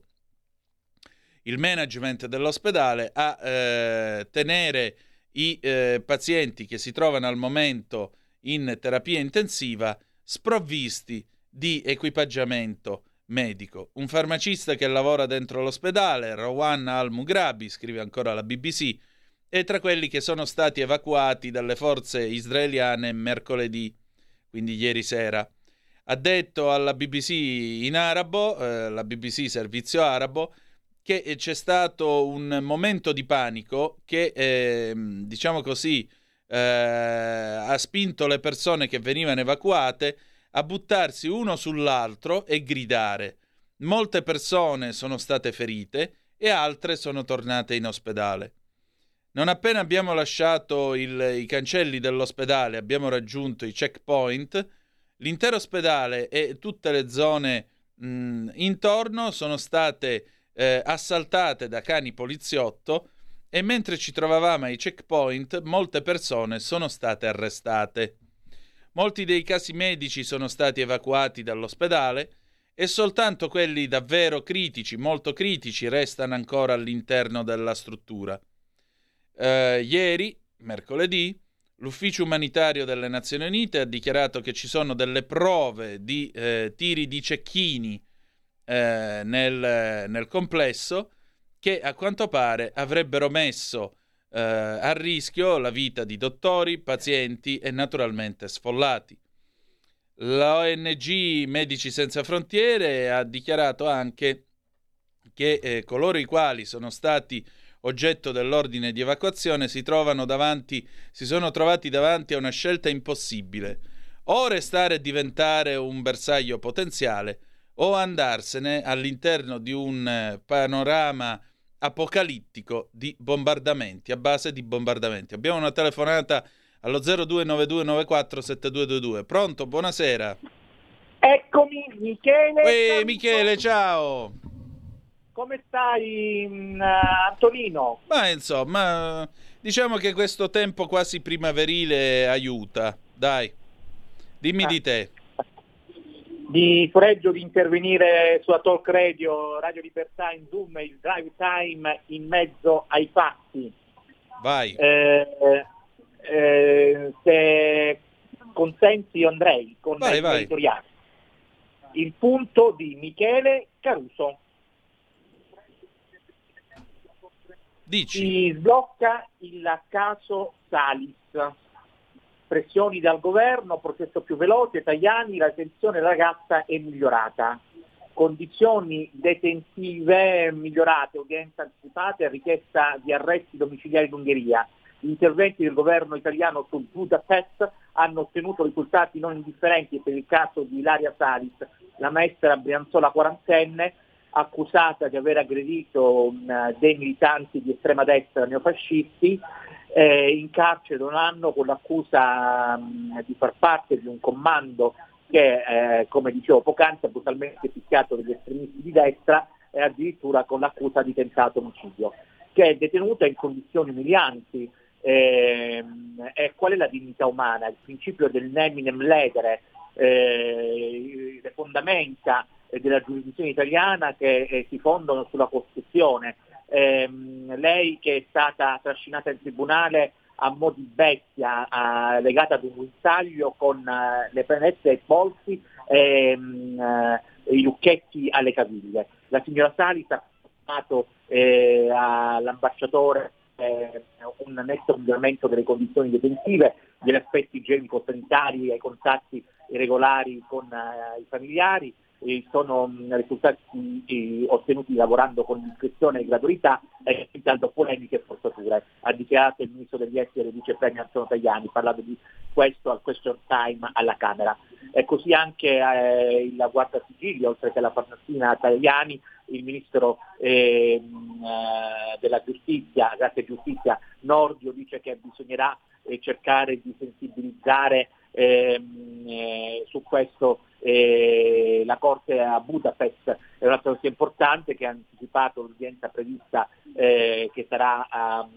Speaker 5: il management dell'ospedale a tenere i pazienti che si trovano al momento in terapia intensiva sprovvisti di equipaggiamento medico. Un farmacista che lavora dentro l'ospedale, Rawan Al-Mughrabi, scrive ancora la BBC, è tra quelli che sono stati evacuati dalle forze israeliane mercoledì, quindi ieri sera. Ha detto alla BBC in arabo, la BBC servizio arabo, che c'è stato un momento di panico che, diciamo così, ha spinto le persone che venivano evacuate a buttarsi uno sull'altro e gridare. Molte persone sono state ferite e altre sono tornate in ospedale. Non appena abbiamo lasciato i cancelli dell'ospedale, abbiamo raggiunto i checkpoint, l'intero ospedale e tutte le zone intorno sono state assaltate da cani poliziotto, e mentre ci trovavamo ai checkpoint molte persone sono state arrestate. Molti dei casi medici sono stati evacuati dall'ospedale e soltanto quelli davvero critici, molto critici, restano ancora all'interno della struttura. Ieri, mercoledì, l'Ufficio Umanitario delle Nazioni Unite ha dichiarato che ci sono delle prove di tiri di cecchini nel complesso che a quanto pare avrebbero messo a rischio la vita di dottori, pazienti e naturalmente sfollati. L'ONG Medici Senza Frontiere ha dichiarato anche che coloro i quali sono stati oggetto dell'ordine di evacuazione si sono trovati davanti a una scelta impossibile: o restare e diventare un bersaglio potenziale, o andarsene all'interno di un panorama apocalittico di bombardamenti, a base di bombardamenti. Abbiamo una telefonata allo 0292947222. Pronto? Buonasera.
Speaker 13: Eccomi, Michele.
Speaker 5: Michele, ciao.
Speaker 13: Come stai, Antonino?
Speaker 5: Ma insomma, diciamo che questo tempo quasi primaverile aiuta. Dai, dimmi di te.
Speaker 13: Ti pregio di intervenire sulla Talk Radio Libertà in Zoom, il drive time in mezzo ai fatti.
Speaker 5: Vai.
Speaker 13: Se consenti, io andrei con il editoriale. Il punto di Michele Caruso.
Speaker 5: Dici.
Speaker 13: Si sblocca il caso Salis. Pressioni dal governo, processo più veloce, Tajani, la detenzione della ragazza è migliorata. Condizioni detentive migliorate, udienza anticipate, richiesta di arresti domiciliari in Ungheria. Gli interventi del governo italiano sul Budapest hanno ottenuto risultati non indifferenti per il caso di Ilaria Salis, la maestra brianzola quarantenne, accusata di aver aggredito dei militanti di estrema destra neofascisti, in carcere da un anno con l'accusa di far parte di un comando che, come dicevo poc'anzi, ha brutalmente picchiato degli estremisti di destra e addirittura con l'accusa di tentato omicidio, che è detenuta in condizioni umilianti. E qual è la dignità umana? Il principio del neminem ledere, le fondamenta della giurisdizione italiana che si fondano sulla Costituzione. Lei che è stata trascinata in tribunale a mo' di bestia, legata ad un guinzaglio con le pennette ai polsi e i lucchetti alle caviglie. La signora Salis ha fatto all'ambasciatore un netto miglioramento delle condizioni detentive, degli aspetti igienico-sanitari e ai contatti irregolari con i familiari. Sono risultati ottenuti lavorando con discrezione e gradualità e evitando polemiche e forzature, ha dichiarato il ministro degli esteri e vice premier Antonio Tajani, parlando di questo al question time alla Camera. E così anche il guardasigilli, oltre che la Farnesina Tajani, il ministro della giustizia, grazia e giustizia Nordio, dice che bisognerà cercare di sensibilizzare su questo la Corte a Budapest. È un'altra cosa importante che ha anticipato l'udienza prevista che sarà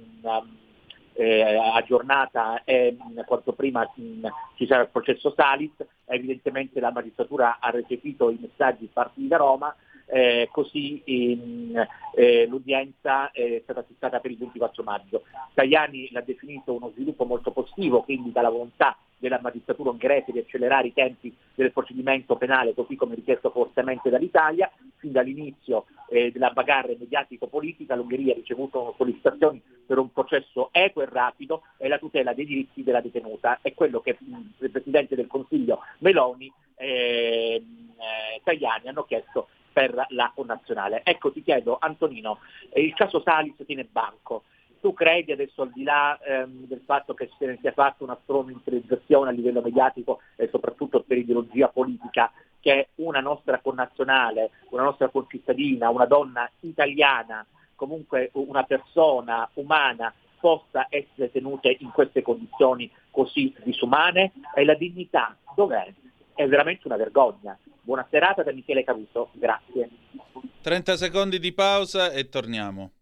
Speaker 13: aggiornata e quanto prima ci sarà il processo Salis. Evidentemente la magistratura ha recepito i messaggi partiti da Roma, così l'udienza è stata fissata per il 24 maggio. Tajani l'ha definito uno sviluppo molto positivo, che indica la volontà della magistratura ungherese di accelerare i tempi del procedimento penale, così come richiesto fortemente dall'Italia. Fin dall'inizio della bagarre mediatico-politica l'Ungheria ha ricevuto sollecitazioni per un processo equo e rapido e la tutela dei diritti della detenuta. È quello che il Presidente del Consiglio Meloni e Tajani hanno chiesto per la connazionale. Ecco, ti chiedo, Antonino, il caso Salis tiene banco. Tu credi adesso, al di là del fatto che se ne sia fatta una strumentalizzazione a livello mediatico e soprattutto per ideologia politica, che una nostra connazionale, una nostra concittadina, una donna italiana, comunque una persona umana, possa essere tenute in queste condizioni così disumane? E la dignità dov'è? È veramente una vergogna. Buona serata da Michele Caruso, grazie.
Speaker 5: 30 secondi di pausa e torniamo.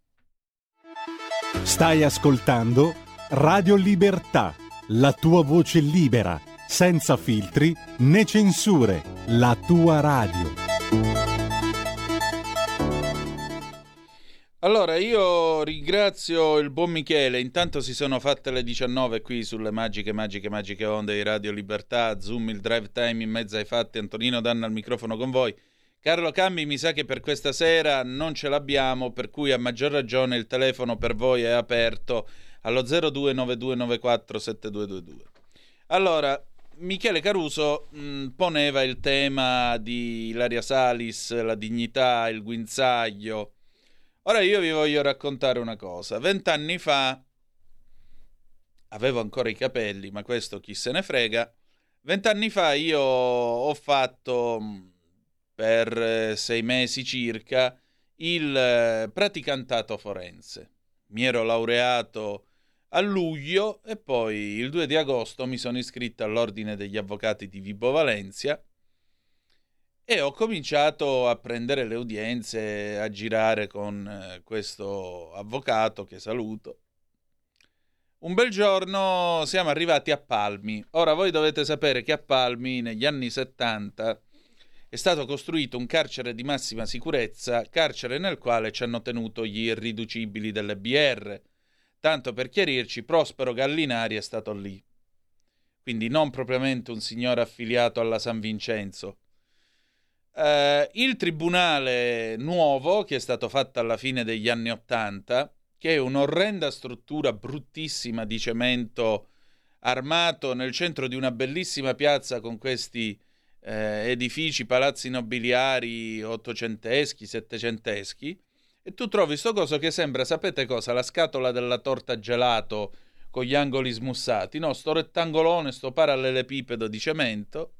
Speaker 1: Stai ascoltando Radio Libertà, la tua voce libera, senza filtri né censure, la tua radio.
Speaker 5: Allora, io ringrazio il buon Michele. Intanto si sono fatte le 19 qui sulle magiche onde di Radio Libertà. Zoom, il drive time in mezzo ai fatti. Antonino Danna al microfono con voi. Carlo Cambi, mi sa che per questa sera non ce l'abbiamo, per cui a maggior ragione il telefono per voi è aperto allo 0292947222. Allora, Michele Caruso poneva il tema di Ilaria Salis, la dignità, il guinzaglio. Ora io vi voglio raccontare una cosa. 20 anni fa, avevo ancora i capelli, ma questo chi se ne frega, 20 anni fa io ho fatto per 6 mesi circa il praticantato forense. Mi ero laureato a luglio e poi il 2 di agosto mi sono iscritto all'Ordine degli Avvocati di Vibo Valentia e ho cominciato a prendere le udienze, a girare con questo avvocato che saluto. Un bel giorno siamo arrivati a Palmi. Ora voi dovete sapere che a Palmi negli anni 70 è stato costruito un carcere di massima sicurezza, carcere nel quale ci hanno tenuto gli irriducibili delle BR. Tanto per chiarirci, Prospero Gallinari è stato lì. Quindi non propriamente un signore affiliato alla San Vincenzo. Il tribunale nuovo, che è stato fatto alla fine degli anni 80, che è un'orrenda struttura bruttissima di cemento armato nel centro di una bellissima piazza con questi edifici, palazzi nobiliari ottocenteschi, settecenteschi, e tu trovi sto coso che sembra, sapete cosa? La scatola della torta gelato con gli angoli smussati, no? Sto rettangolone, sto parallelepipedo di cemento.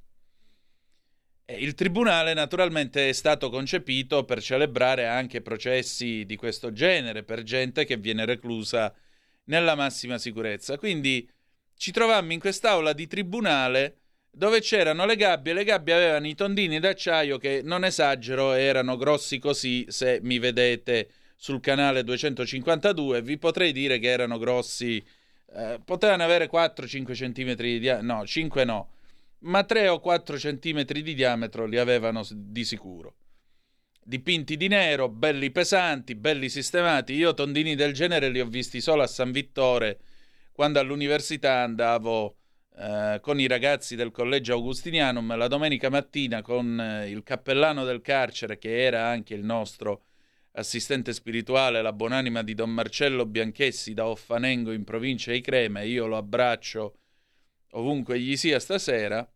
Speaker 5: E il tribunale naturalmente è stato concepito per celebrare anche processi di questo genere, per gente che viene reclusa nella massima sicurezza. Quindi ci trovammo in quest'aula di tribunale dove c'erano le gabbie avevano i tondini d'acciaio che, non esagero, erano grossi così. Se mi vedete sul canale 252 vi potrei dire che erano grossi, potevano avere 4-5 centimetri di diametro, no, 5 no, ma 3 o 4 centimetri di diametro li avevano di sicuro. Dipinti di nero, belli pesanti, belli sistemati. Io tondini del genere li ho visti solo a San Vittore, quando all'università andavo con i ragazzi del collegio Augustinianum la domenica mattina con il cappellano del carcere, che era anche il nostro assistente spirituale, la buonanima di Don Marcello Bianchessi da Offanengo in provincia di Crema, e io lo abbraccio ovunque gli sia stasera.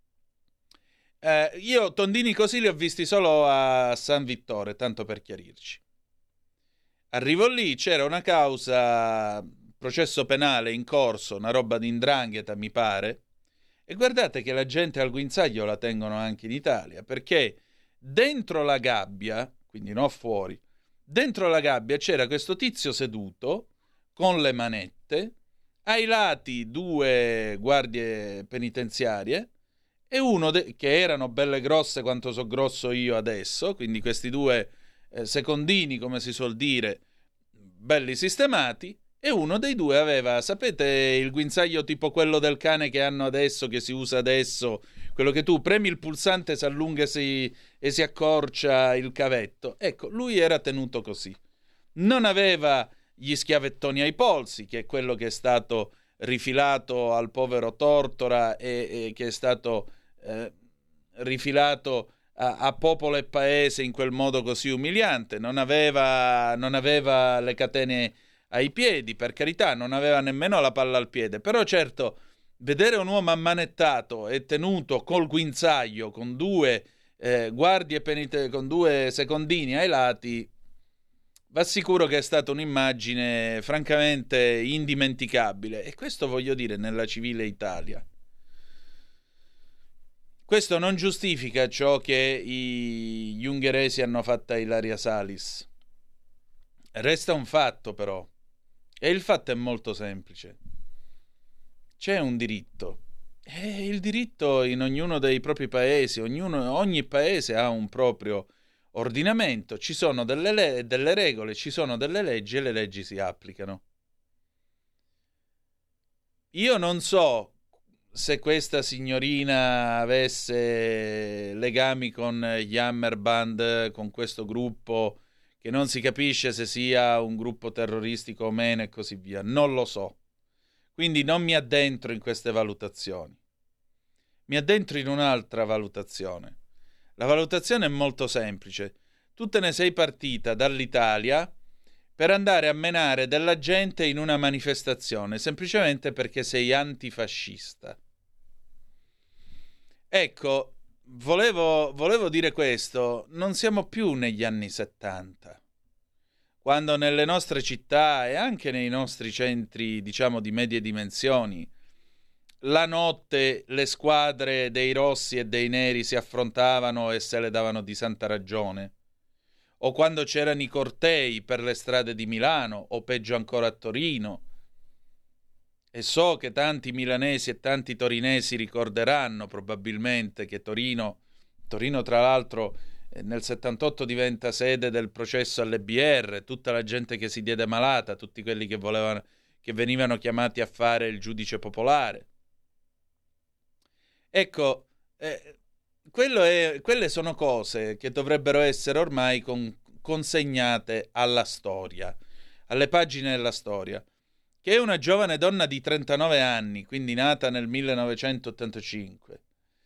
Speaker 5: Io tondini così li ho visti solo a San Vittore, tanto per chiarirci. Arrivo lì, c'era una causa, processo penale in corso, una roba di 'ndrangheta mi pare, e guardate che la gente al guinzaglio la tengono anche in Italia, perché dentro la gabbia, quindi non fuori, dentro la gabbia c'era questo tizio seduto con le manette, ai lati 2 guardie penitenziarie e uno che erano belle grosse quanto so grosso io adesso, quindi questi 2 secondini, come si suol dire, belli sistemati, e uno dei 2 aveva, sapete, il guinzaglio tipo quello del cane che hanno adesso, che si usa adesso, quello che tu premi il pulsante, si allunga e si accorcia il cavetto. Ecco, lui era tenuto così. Non aveva gli schiavettoni ai polsi, che è quello che è stato rifilato al povero Tortora e che è stato rifilato a popolo e paese in quel modo così umiliante. Non aveva le catene ai piedi, per carità, non aveva nemmeno la palla al piede, però certo, vedere un uomo ammanettato e tenuto col guinzaglio con 2 guardie con 2 secondini ai lati, va sicuro che è stata un'immagine francamente indimenticabile, e questo voglio dire nella civile Italia. Questo non giustifica ciò che gli ungheresi hanno fatto a Ilaria Salis. Resta un fatto però, e il fatto è molto semplice. C'è un diritto, e il diritto in ognuno dei propri paesi, ogni paese ha un proprio ordinamento, ci sono delle regole, ci sono delle leggi e le leggi si applicano. Io non so se questa signorina avesse legami con gli Hammerband, con questo gruppo che non si capisce se sia un gruppo terroristico o meno e così via, non lo so. Quindi non mi addentro in queste valutazioni. Mi addentro in un'altra valutazione. La valutazione è molto semplice. Tu te ne sei partita dall'Italia per andare a menare della gente in una manifestazione semplicemente perché sei antifascista. Ecco, volevo dire questo, non siamo più negli anni 70, quando nelle nostre città e anche nei nostri centri, diciamo, di medie dimensioni, la notte le squadre dei rossi e dei neri si affrontavano e se le davano di santa ragione, o quando c'erano i cortei per le strade di Milano, o peggio ancora a Torino. E so che tanti milanesi e tanti torinesi ricorderanno probabilmente che Torino tra l'altro nel 78 diventa sede del processo alle BR, tutta la gente che si diede malata, tutti quelli che venivano chiamati a fare il giudice popolare. Ecco, quelle sono cose che dovrebbero essere ormai consegnate alla storia, alle pagine della storia. Che una giovane donna di 39 anni, quindi nata nel 1985,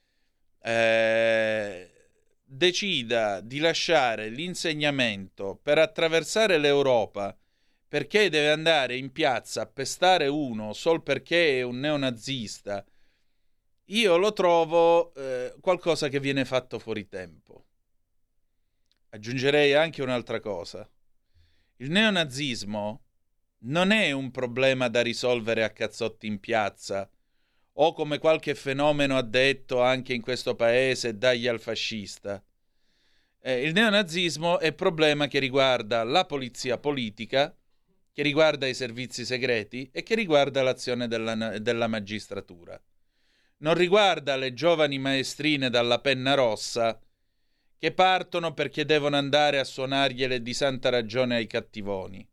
Speaker 5: decida di lasciare l'insegnamento per attraversare l'Europa perché deve andare in piazza a pestare uno sol perché è un neonazista, io lo trovo qualcosa che viene fatto fuori tempo. Aggiungerei anche un'altra cosa. Il neonazismo non è un problema da risolvere a cazzotti in piazza, o come qualche fenomeno ha detto anche in questo paese, dagli al fascista. Il neonazismo è un problema che riguarda la polizia politica, che riguarda i servizi segreti e che riguarda l'azione della magistratura. Non riguarda le giovani maestrine dalla penna rossa che partono perché devono andare a suonargliele di santa ragione ai cattivoni.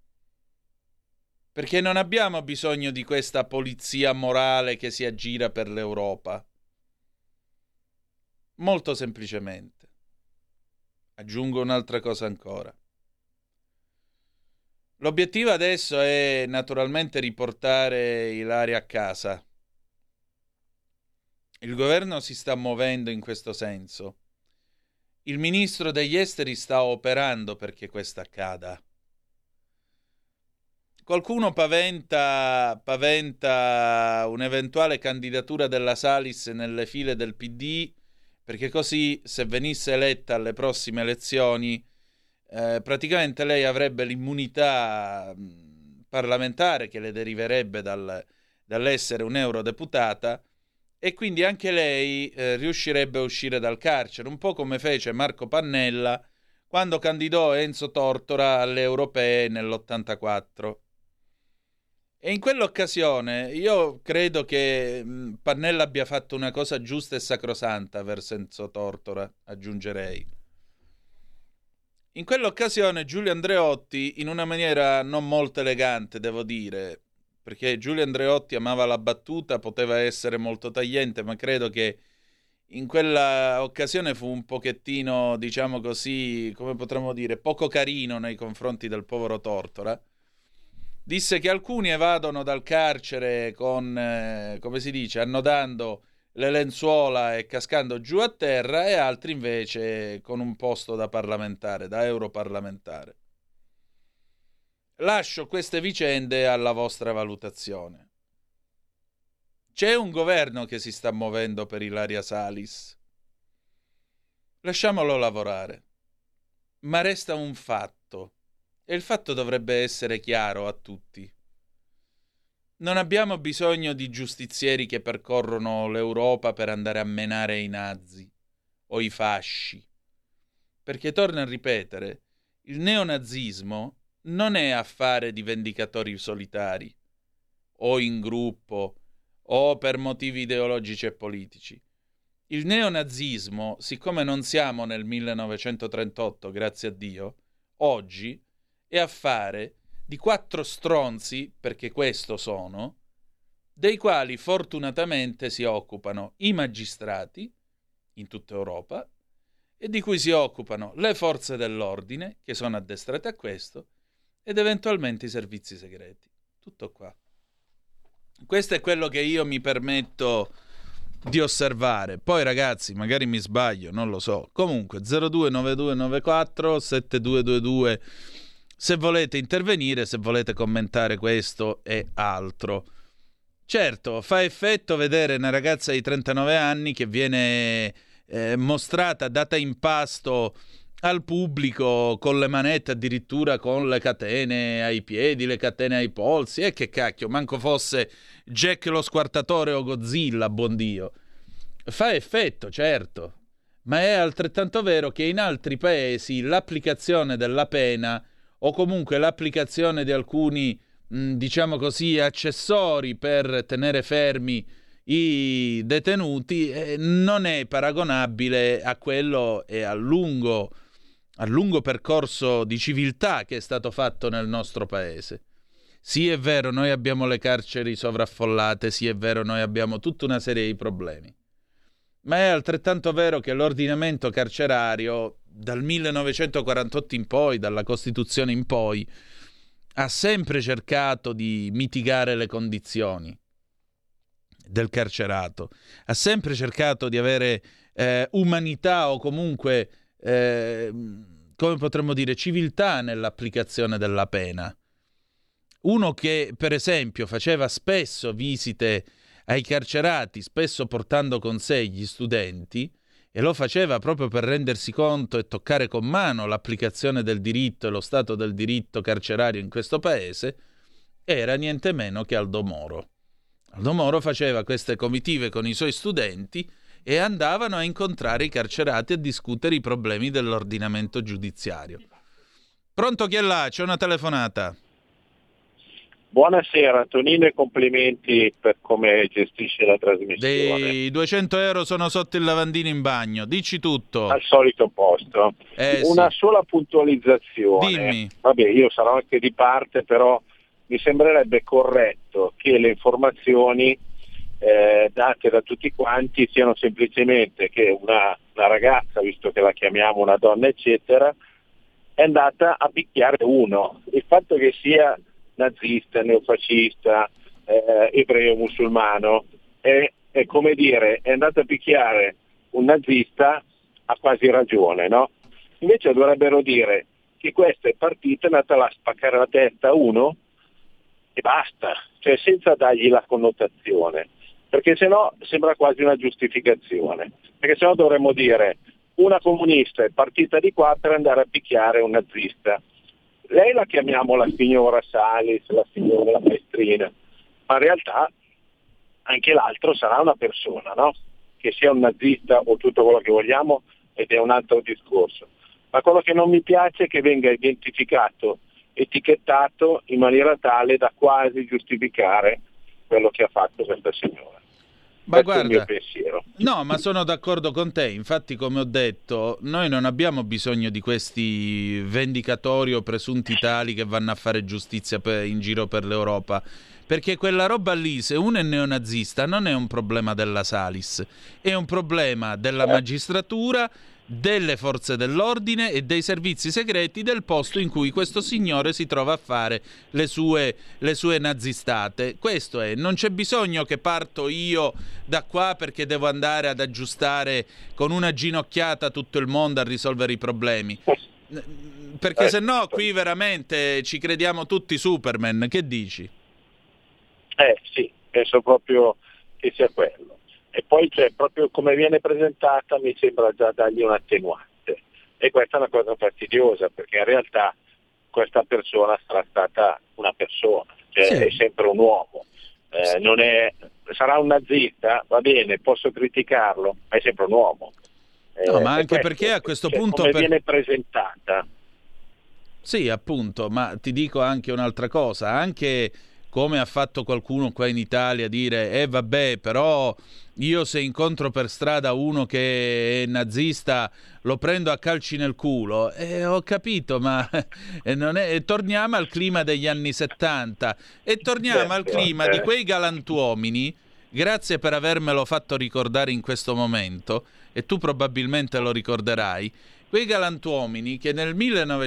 Speaker 5: Perché non abbiamo bisogno di questa polizia morale che si aggira per l'Europa. Molto semplicemente. Aggiungo un'altra cosa ancora. L'obiettivo adesso è naturalmente riportare Ilaria a casa. Il governo si sta muovendo in questo senso. Il ministro degli esteri sta operando perché questo accada. Qualcuno paventa un'eventuale candidatura della Salis nelle file del PD, perché così, se venisse eletta alle prossime elezioni, praticamente lei avrebbe l'immunità parlamentare che le deriverebbe dall'essere un'eurodeputata, e quindi anche lei riuscirebbe a uscire dal carcere, un po' come fece Marco Pannella quando candidò Enzo Tortora alle europee nell'84. E in quell'occasione io credo che Pannella abbia fatto una cosa giusta e sacrosanta verso Enzo Tortora, aggiungerei. In quell'occasione Giulio Andreotti, in una maniera non molto elegante, devo dire, perché Giulio Andreotti amava la battuta, poteva essere molto tagliente, ma credo che in quella occasione fu un pochettino, diciamo così, come potremmo dire, poco carino nei confronti del povero Tortora. Disse che alcuni evadono dal carcere con, come si dice, annodando le lenzuola e cascando giù a terra, e altri invece con un posto da parlamentare, da europarlamentare. Lascio queste vicende alla vostra valutazione. C'è un governo che si sta muovendo per Ilaria Salis. Lasciamolo lavorare. Ma resta un fatto. E il fatto dovrebbe essere chiaro a tutti. Non abbiamo bisogno di giustizieri che percorrono l'Europa per andare a menare i nazi o i fasci. Perché, torno a ripetere, il neonazismo non è affare di vendicatori solitari, o in gruppo, o per motivi ideologici e politici. Il neonazismo, siccome non siamo nel 1938, grazie a Dio, oggi è affare di 4 stronzi, perché questo sono, dei quali fortunatamente si occupano i magistrati in tutta Europa e di cui si occupano le forze dell'ordine, che sono addestrate a questo, ed eventualmente i servizi segreti. Tutto qua. Questo è quello che io mi permetto di osservare. Poi, ragazzi, magari mi sbaglio, non lo so. Comunque 029294 7222 se volete intervenire, se volete commentare questo e altro. Certo, fa effetto vedere una ragazza di 39 anni che viene mostrata, data in pasto al pubblico con le manette, addirittura con le catene ai piedi, le catene ai polsi, e che cacchio, manco fosse Jack lo Squartatore o Godzilla, buon Dio. Fa effetto, certo, ma è altrettanto vero che in altri paesi l'applicazione della pena, o comunque l'applicazione di alcuni, diciamo così, accessori per tenere fermi i detenuti, non è paragonabile a quello e al lungo percorso di civiltà che è stato fatto nel nostro paese. Sì, è vero, noi abbiamo le carceri sovraffollate, sì, è vero, noi abbiamo tutta una serie di problemi, ma è altrettanto vero che l'ordinamento carcerario dal 1948 in poi, dalla Costituzione in poi, ha sempre cercato di mitigare le condizioni del carcerato, ha sempre cercato di avere umanità, o comunque, come potremmo dire, civiltà nell'applicazione della pena. Uno che, per esempio, faceva spesso visite ai carcerati, spesso portando con sé gli studenti, e lo faceva proprio per rendersi conto e toccare con mano l'applicazione del diritto e lo stato del diritto carcerario in questo paese, era niente meno che Aldo Moro. Aldo Moro faceva queste comitive con i suoi studenti e andavano a incontrare i carcerati a discutere i problemi dell'ordinamento giudiziario. Pronto, chi è là? C'è una telefonata.
Speaker 14: Buonasera Antonino e complimenti per come gestisce la trasmissione.
Speaker 5: Dei 200 euro sono sotto il lavandino in bagno, dici tutto.
Speaker 14: Al solito posto. Una sola puntualizzazione.
Speaker 5: Dimmi.
Speaker 14: Vabbè, io sarò anche di parte, però mi sembrerebbe corretto che le informazioni date da tutti quanti siano semplicemente che una ragazza, visto che la chiamiamo una donna eccetera, è andata a picchiare uno. Il fatto che sia nazista, neofascista, ebreo, musulmano, è come dire, è andato a picchiare un nazista, ha quasi ragione, no? Invece dovrebbero dire che questa è partita, è andata a spaccare la testa a uno e basta, cioè senza dargli la connotazione, perché sennò sembra quasi una giustificazione, perché sennò dovremmo dire una comunista è partita di qua per andare a picchiare un nazista. Lei la chiamiamo la signora Salis, la signora, la maestrina, ma in realtà anche l'altro sarà una persona, no? Che sia un nazista o tutto quello che vogliamo, ed è un altro discorso. Ma quello che non mi piace è che venga identificato, etichettato in maniera tale da quasi giustificare quello che ha fatto questa signora.
Speaker 5: Ma
Speaker 14: questo
Speaker 5: guarda,
Speaker 14: è il mio pensiero.
Speaker 5: No, ma sono d'accordo con te. Infatti, come ho detto, noi non abbiamo bisogno di questi vendicatori o presunti tali che vanno a fare giustizia in giro per l'Europa, perché quella roba lì, se uno è neonazista, non è un problema della Salis, è un problema della magistratura, delle forze dell'ordine e dei servizi segreti del posto in cui questo signore si trova a fare le sue nazistate. Questo è, non c'è bisogno che parto io da qua perché devo andare ad aggiustare con una ginocchiata tutto il mondo a risolvere i problemi, perché se no qui veramente ci crediamo tutti Superman. Che dici?
Speaker 14: Sì, penso proprio che sia quello. E poi cioè, proprio come viene presentata mi sembra già dargli un attenuante, e questa è una cosa fastidiosa, perché in realtà questa persona sarà stata una persona, cioè sì, è sempre un uomo, non è, sarà un nazista, va bene, posso criticarlo, ma è sempre un uomo.
Speaker 5: No, ma anche perché a questo punto
Speaker 14: come viene presentata.
Speaker 5: Sì, appunto, ma ti dico anche un'altra cosa, anche come ha fatto qualcuno qua in Italia dire vabbè, però io se incontro per strada uno che è nazista lo prendo a calci nel culo, ho capito, ma non è, torniamo al clima degli anni 70 e torniamo al clima di quei galantuomini. Grazie per avermelo fatto ricordare in questo momento, e tu probabilmente lo ricorderai, quei galantuomini che nel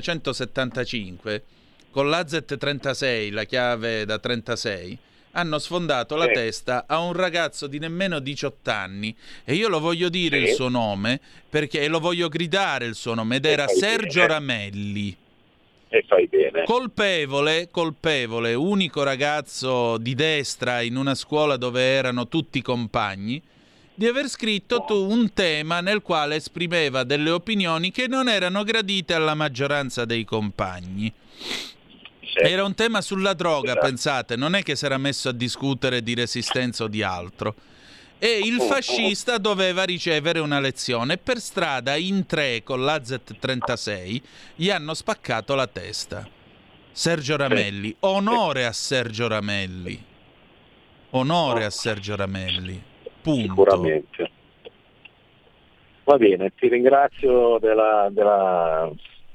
Speaker 5: 1975 con l'AZ-36, la chiave da 36, hanno sfondato la testa a un ragazzo di nemmeno 18 anni, e io lo voglio dire il suo nome, perché lo voglio gridare il suo nome, ed era Sergio Ramelli.
Speaker 14: e fai bene.
Speaker 5: Colpevole, unico ragazzo di destra in una scuola dove erano tutti compagni, di aver scritto un tema nel quale esprimeva delle opinioni che non erano gradite alla maggioranza dei compagni. Era un tema sulla droga, pensate, non è che si era messo a discutere di resistenza o di altro. E il fascista doveva ricevere una lezione. Per strada, in 3 con l'AZ-36, gli hanno spaccato la testa. Sergio Ramelli. Onore a Sergio Ramelli. Onore a Sergio Ramelli. Punto.
Speaker 14: Sicuramente. Va bene, ti ringrazio della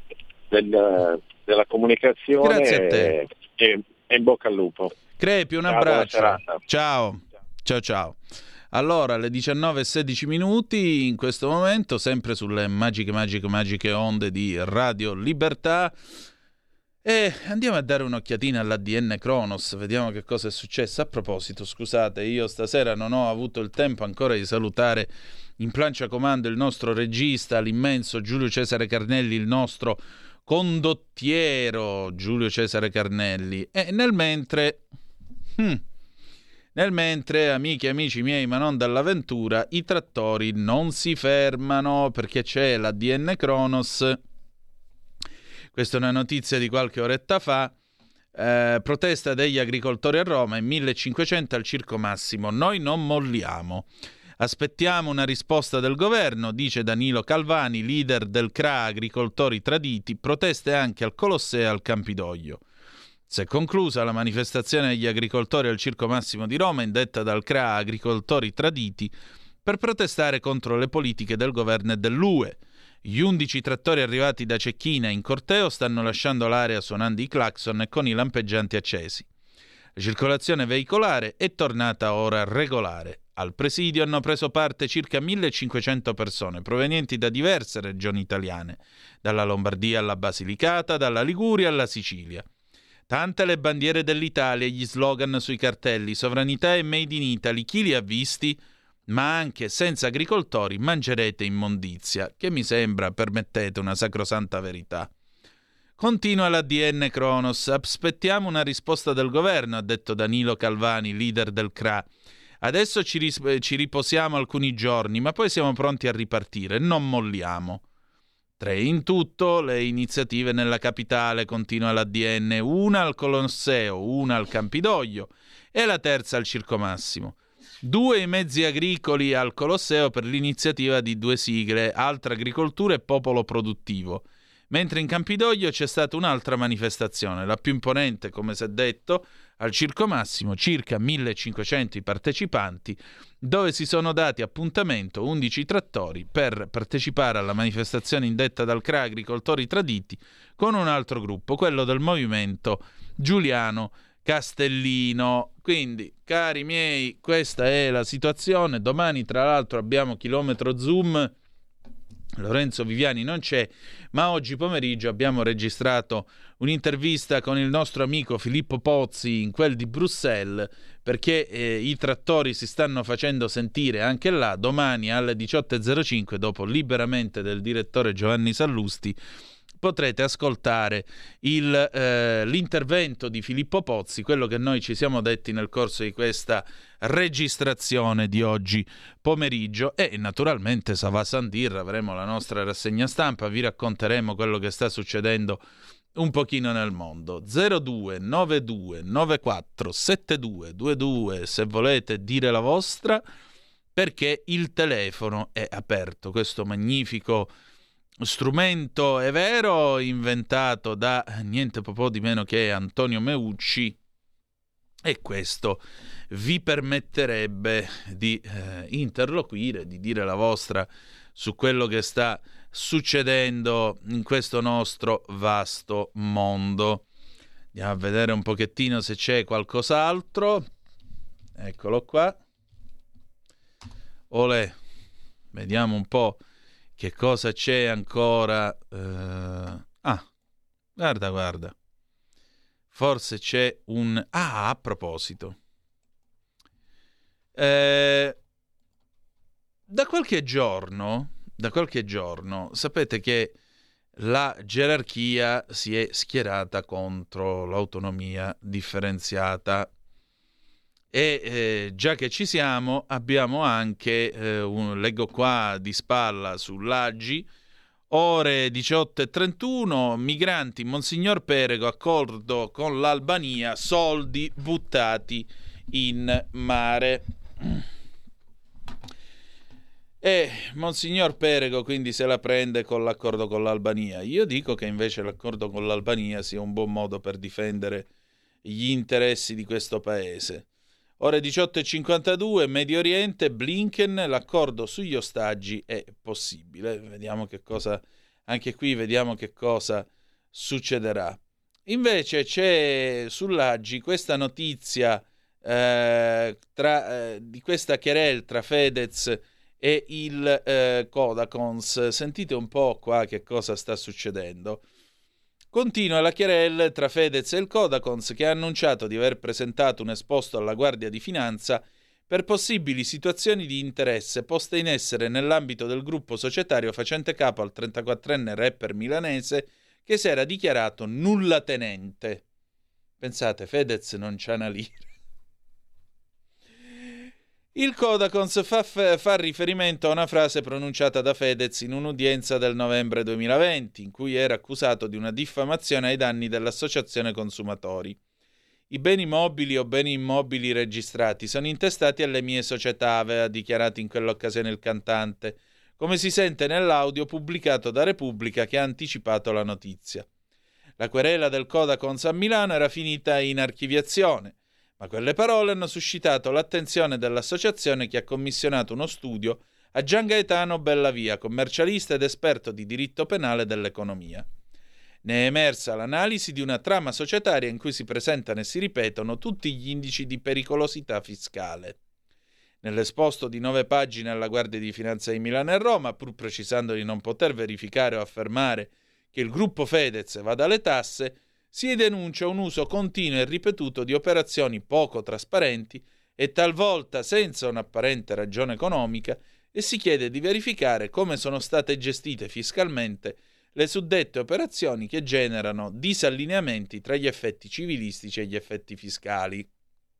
Speaker 14: comunicazione.
Speaker 5: Grazie a te.
Speaker 14: E in bocca al lupo.
Speaker 5: Crepi, un abbraccio. Ciao. Allora, alle 19:16 in questo momento, sempre sulle magiche onde di Radio Libertà, e andiamo a dare un'occhiatina all'ADN Kronos, vediamo che cosa è successo. A proposito, scusate, io stasera non ho avuto il tempo ancora di salutare in plancia comando il nostro regista, l'immenso Giulio Cesare Carnelli, il nostro condottiero Giulio Cesare Carnelli. E nel mentre, amiche e amici miei, ma non dall'avventura, i trattori non si fermano perché c'è l'ADN Kronos. Questa è una notizia di qualche oretta fa. Protesta degli agricoltori a Roma, in 1500 al Circo Massimo. Noi non molliamo. Aspettiamo una risposta del governo, dice Danilo Calvani, leader del CRA Agricoltori Traditi. Proteste anche al Colosseo e al Campidoglio. Si è conclusa la manifestazione degli agricoltori al Circo Massimo di Roma, indetta dal CRA Agricoltori Traditi, per protestare contro le politiche del governo e dell'UE. Gli 11 trattori arrivati da Cecchina in corteo stanno lasciando l'area suonando i clacson e con i lampeggianti accesi. La circolazione veicolare è tornata ora regolare. Al presidio hanno preso parte circa 1500 persone provenienti da diverse regioni italiane, dalla Lombardia alla Basilicata, dalla Liguria alla Sicilia. Tante le bandiere dell'Italia e gli slogan sui cartelli, sovranità e made in Italy, chi li ha visti? Ma anche senza agricoltori mangerete immondizia, che mi sembra, permettete, una sacrosanta verità. Continua l'ADN Kronos, aspettiamo una risposta del governo, ha detto Danilo Calvani, leader del CRA. Adesso ci riposiamo alcuni giorni, ma poi siamo pronti a ripartire, non molliamo. 3 in tutto le iniziative nella capitale, continua l'ADN, una al Colosseo, una al Campidoglio e la terza al Circo Massimo. 2 i mezzi agricoli al Colosseo per l'iniziativa di 2 sigle, Altra Agricoltura e Popolo Produttivo, mentre in Campidoglio c'è stata un'altra manifestazione, la più imponente, come si è detto, al Circo Massimo, circa 1500 i partecipanti, dove si sono dati appuntamento 11 trattori per partecipare alla manifestazione indetta dal CRA Agricoltori Traditi con un altro gruppo, quello del movimento Giuliano Castellino. Quindi, cari miei, questa è la situazione. Domani, tra l'altro, abbiamo Chilometro Zoom. Lorenzo Viviani non c'è, ma oggi pomeriggio abbiamo registrato un'intervista con il nostro amico Filippo Pozzi in quel di Bruxelles, perché i trattori si stanno facendo sentire anche là. Domani alle 18:05, dopo Liberamente del direttore Giovanni Sallusti, potrete ascoltare l'intervento di Filippo Pozzi, quello che noi ci siamo detti nel corso di questa registrazione di oggi pomeriggio. E naturalmente Sava Sandir, avremo la nostra rassegna stampa, vi racconteremo quello che sta succedendo un pochino nel mondo. 02 92 94 72 22 se volete dire la vostra, perché il telefono è aperto. Questo magnifico strumento, è vero, inventato da niente po' di meno che Antonio Meucci, e questo vi permetterebbe di interloquire, di dire la vostra su quello che sta succedendo in questo nostro vasto mondo. Andiamo a vedere un pochettino se c'è qualcos'altro. Eccolo qua. Olè, vediamo un po' che cosa c'è ancora. Guarda. Forse c'è un... a proposito. Da qualche giorno, sapete che la gerarchia si è schierata contro l'autonomia differenziata. E già che ci siamo, abbiamo anche, leggo qua di spalla sull'Agi, ore 18:31, migranti, Monsignor Perego, accordo con l'Albania, soldi buttati in mare. E Monsignor Perego quindi se la prende con l'accordo con l'Albania. Io dico che invece l'accordo con l'Albania sia un buon modo per difendere gli interessi di questo paese. Ore 18:52, Medio Oriente, Blinken, l'accordo sugli ostaggi è possibile. Vediamo che cosa, anche qui vediamo che cosa succederà. Invece c'è sull'Agi questa notizia di questa querelle tra Fedez e il Codacons. Sentite un po' qua che cosa sta succedendo. Continua la querelle tra Fedez e il Codacons, che ha annunciato di aver presentato un esposto alla Guardia di Finanza per possibili situazioni di interesse poste in essere nell'ambito del gruppo societario facente capo al 34enne rapper milanese che si era dichiarato nullatenente. Pensate, Fedez non c'ha una lira. Il Codacons fa riferimento a una frase pronunciata da Fedez in un'udienza del novembre 2020, in cui era accusato di una diffamazione ai danni dell'Associazione Consumatori. I beni mobili o beni immobili registrati sono intestati alle mie società, aveva dichiarato in quell'occasione il cantante, come si sente nell'audio pubblicato da Repubblica che ha anticipato la notizia. La querela del Codacons a Milano era finita in archiviazione, ma quelle parole hanno suscitato l'attenzione dell'associazione che ha commissionato uno studio a Gian Gaetano Bellavia, commercialista ed esperto di diritto penale dell'economia. Ne è emersa l'analisi di una trama societaria in cui si presentano e si ripetono tutti gli indici di pericolosità fiscale. Nell'esposto di 9 pagine alla Guardia di Finanza di Milano e Roma, pur precisando di non poter verificare o affermare che il gruppo Fedez vada alle tasse, si denuncia un uso continuo e ripetuto di operazioni poco trasparenti e talvolta senza un'apparente ragione economica e si chiede di verificare come sono state gestite fiscalmente le suddette operazioni che generano disallineamenti tra gli effetti civilistici e gli effetti fiscali.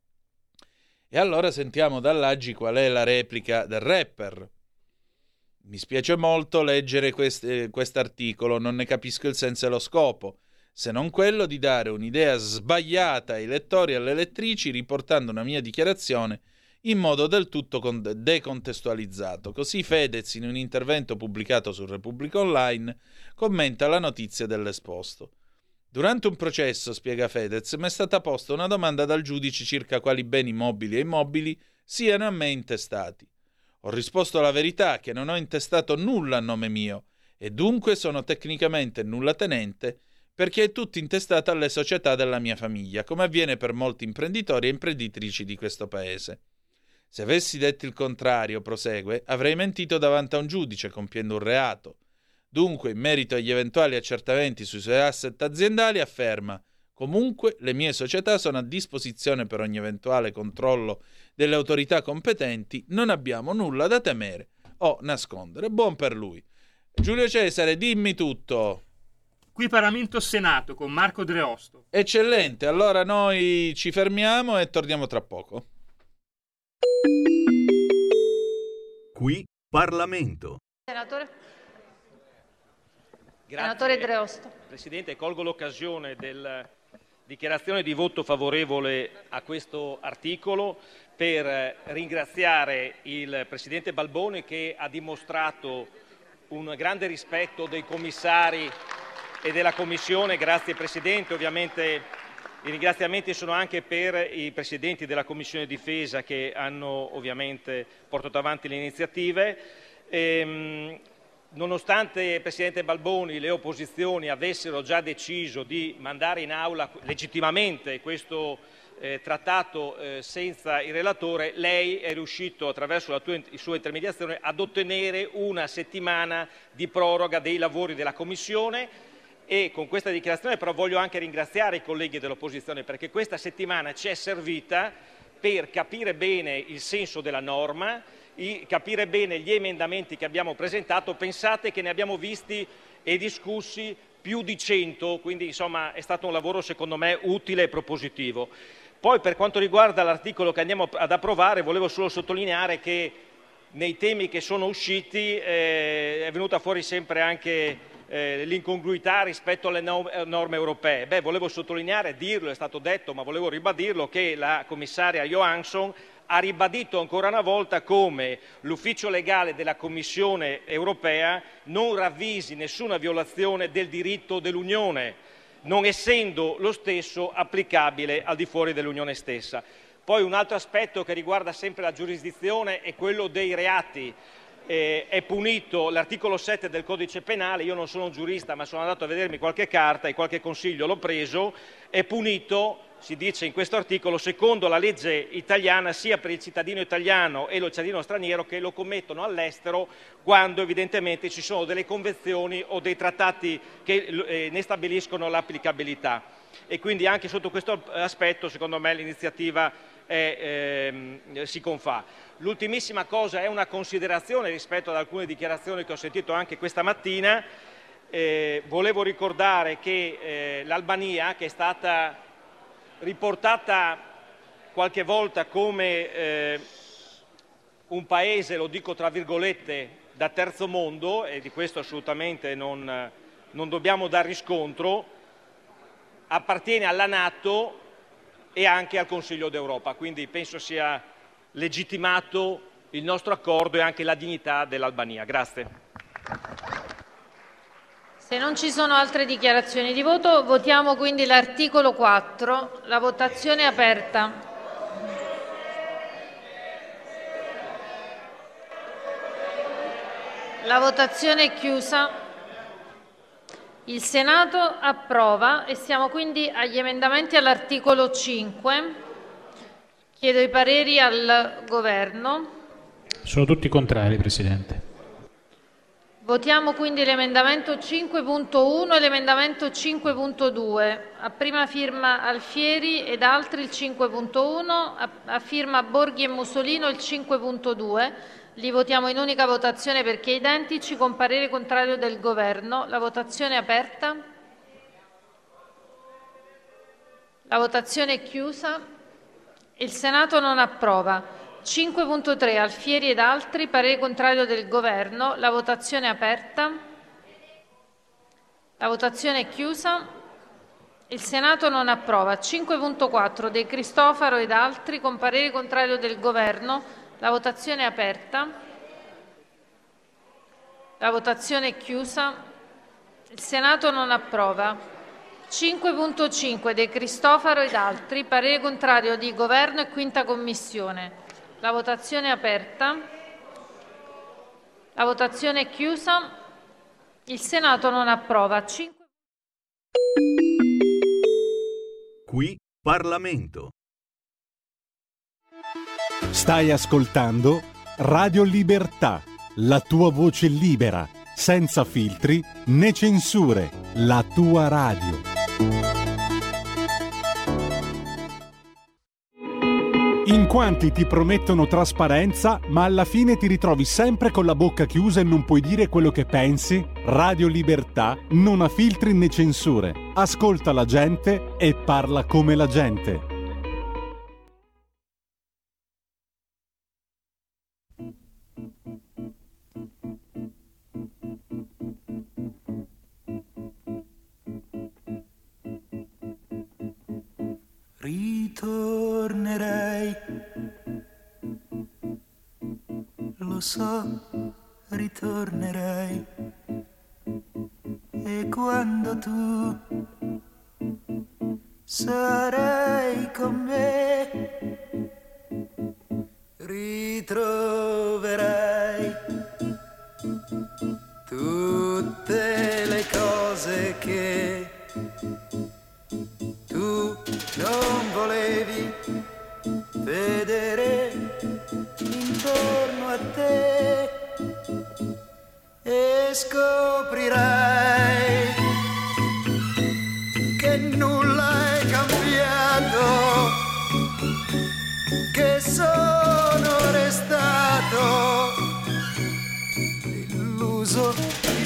Speaker 5: E allora sentiamo dall'Agi qual è la replica del rapper. Mi spiace molto leggere quest'articolo, non ne capisco il senso e lo scopo, se non quello di dare un'idea sbagliata ai lettori e alle lettrici riportando una mia dichiarazione in modo del tutto decontestualizzato. Così Fedez, in un intervento pubblicato su Repubblica Online, commenta la notizia dell'esposto. Durante un processo, spiega Fedez, mi è stata posta una domanda dal giudice circa quali beni mobili e immobili siano a me intestati. Ho risposto la verità, che non ho intestato nulla a nome mio e dunque sono tecnicamente nullatenente perché è tutto intestato alle società della mia famiglia, come avviene per molti imprenditori e imprenditrici di questo paese. Se avessi detto il contrario, prosegue, avrei mentito davanti a un giudice compiendo un reato. Dunque, in merito agli eventuali accertamenti sui suoi asset aziendali, afferma: comunque le mie società sono a disposizione per ogni eventuale controllo delle autorità competenti, non abbiamo nulla da temere o nascondere. Buon per lui. Giulio Cesare, dimmi tutto.
Speaker 15: Qui Parlamento Senato con Marco Dreosto.
Speaker 5: Eccellente, allora noi ci fermiamo e torniamo tra poco.
Speaker 16: Qui Parlamento.
Speaker 17: Senatore Dreosto.
Speaker 18: Presidente, colgo l'occasione della dichiarazione di voto favorevole a questo articolo per ringraziare il Presidente Balboni che ha dimostrato un grande rispetto dei commissari e della Commissione. Grazie Presidente, ovviamente i ringraziamenti sono anche per i Presidenti della Commissione Difesa che hanno ovviamente portato avanti le iniziative. Nonostante, Presidente Balboni, le opposizioni avessero già deciso di mandare in aula legittimamente questo trattato senza il relatore, lei è riuscito attraverso la sua intermediazione ad ottenere una settimana di proroga dei lavori della Commissione. E con questa dichiarazione però voglio anche ringraziare i colleghi dell'opposizione perché questa settimana ci è servita per capire bene il senso della norma, capire bene gli emendamenti che abbiamo presentato. Pensate che ne abbiamo visti e discussi più di 100, quindi insomma è stato un lavoro secondo me utile e propositivo. Poi per quanto riguarda l'articolo che andiamo ad approvare, volevo solo sottolineare che nei temi che sono usciti è venuta fuori sempre anche l'incongruità rispetto alle norme europee. Volevo sottolineare, dirlo, è stato detto, ma volevo ribadirlo, che la commissaria Johansson ha ribadito ancora una volta come l'ufficio legale della Commissione europea non ravvisi nessuna violazione del diritto dell'Unione, non essendo lo stesso applicabile al di fuori dell'Unione stessa. Poi un altro aspetto che riguarda sempre la giurisdizione è quello dei reati. È punito l'articolo 7 del codice penale, io non sono un giurista ma sono andato a vedermi qualche carta e qualche consiglio l'ho preso, è punito, si dice in questo articolo, secondo la legge italiana sia per il cittadino italiano e lo cittadino straniero che lo commettono all'estero quando evidentemente ci sono delle convenzioni o dei trattati che ne stabiliscono l'applicabilità. E quindi anche sotto questo aspetto secondo me l'iniziativa si confà. L'ultimissima cosa è una considerazione rispetto ad alcune dichiarazioni che ho sentito anche questa mattina. Volevo ricordare che l'Albania, che è stata riportata qualche volta come un paese, lo dico tra virgolette, da terzo mondo, e di questo assolutamente non dobbiamo dar riscontro, appartiene alla NATO e anche al Consiglio d'Europa, quindi penso sia legittimato il nostro accordo e anche la dignità dell'Albania. Grazie.
Speaker 17: Se non ci sono altre dichiarazioni di voto, votiamo quindi l'articolo 4. La votazione è aperta. La votazione è chiusa. Il Senato approva e siamo quindi agli emendamenti all'articolo 5. Chiedo i pareri al Governo.
Speaker 19: Sono tutti contrari, Presidente.
Speaker 17: Votiamo quindi l'emendamento 5.1 e l'emendamento 5.2. A prima firma Alfieri ed altri il 5.1, a firma Borghi e Musolino il 5.2. Li votiamo in unica votazione perché identici, con parere contrario del Governo. La votazione è aperta. La votazione è chiusa. Il Senato non approva. 5.3 Alfieri ed altri, parere contrario del Governo. La votazione è aperta. La votazione è chiusa. Il Senato non approva. 5.4 De Cristofaro ed altri, con parere contrario del Governo. La votazione è aperta. La votazione è chiusa. Il Senato non approva. 5.5 De Cristofaro ed altri, parere contrario di Governo e Quinta Commissione. La votazione è aperta. La votazione è chiusa. Il Senato non approva.
Speaker 16: Qui Parlamento.
Speaker 1: Stai ascoltando Radio Libertà, la tua voce libera, senza filtri né censure, la tua radio. In quanti ti promettono trasparenza, ma alla fine ti ritrovi sempre con la bocca chiusa e non puoi dire quello che pensi? Radio Libertà non ha filtri né censure. Ascolta la gente e parla come la gente.
Speaker 20: Ritornerei, lo so, ritornerei, e quando tu sarai con me, ritroverai tutte le cose che tu non volevi vedere intorno a te, e scoprirai che nulla è cambiato, che sono restato deluso di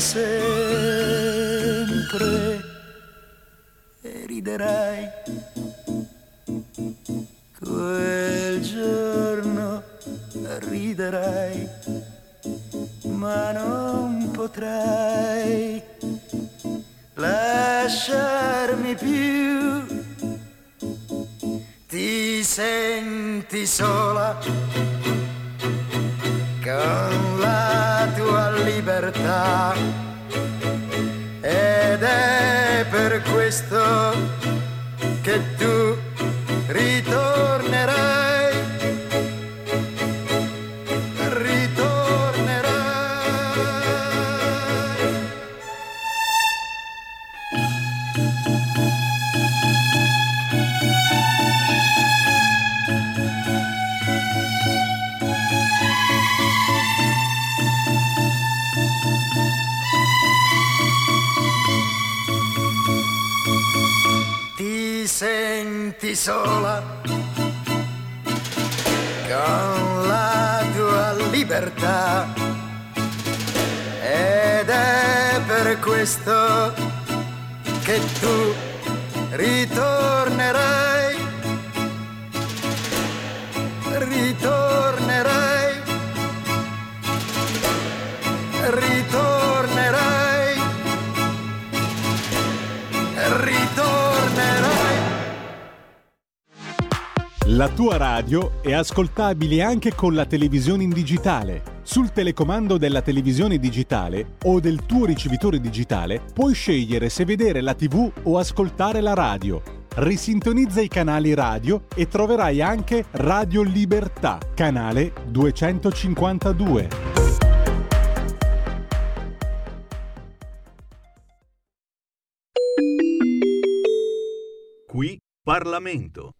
Speaker 20: sempre e riderai. Quel giorno riderai, ma non potrai lasciarmi più. Ti senti sola con la tua libertà ed è per questo che tu ritornerai. Senti sola con la tua libertà ed è per questo che tu ritornerai, ritornerai, ritornerai, ritornerai.
Speaker 1: La tua radio è ascoltabile anche con la televisione in digitale. Sul telecomando della televisione digitale o del tuo ricevitore digitale puoi scegliere se vedere la TV o ascoltare la radio. Risintonizza i canali radio e troverai anche Radio Libertà, canale 252.
Speaker 16: Qui Parlamento.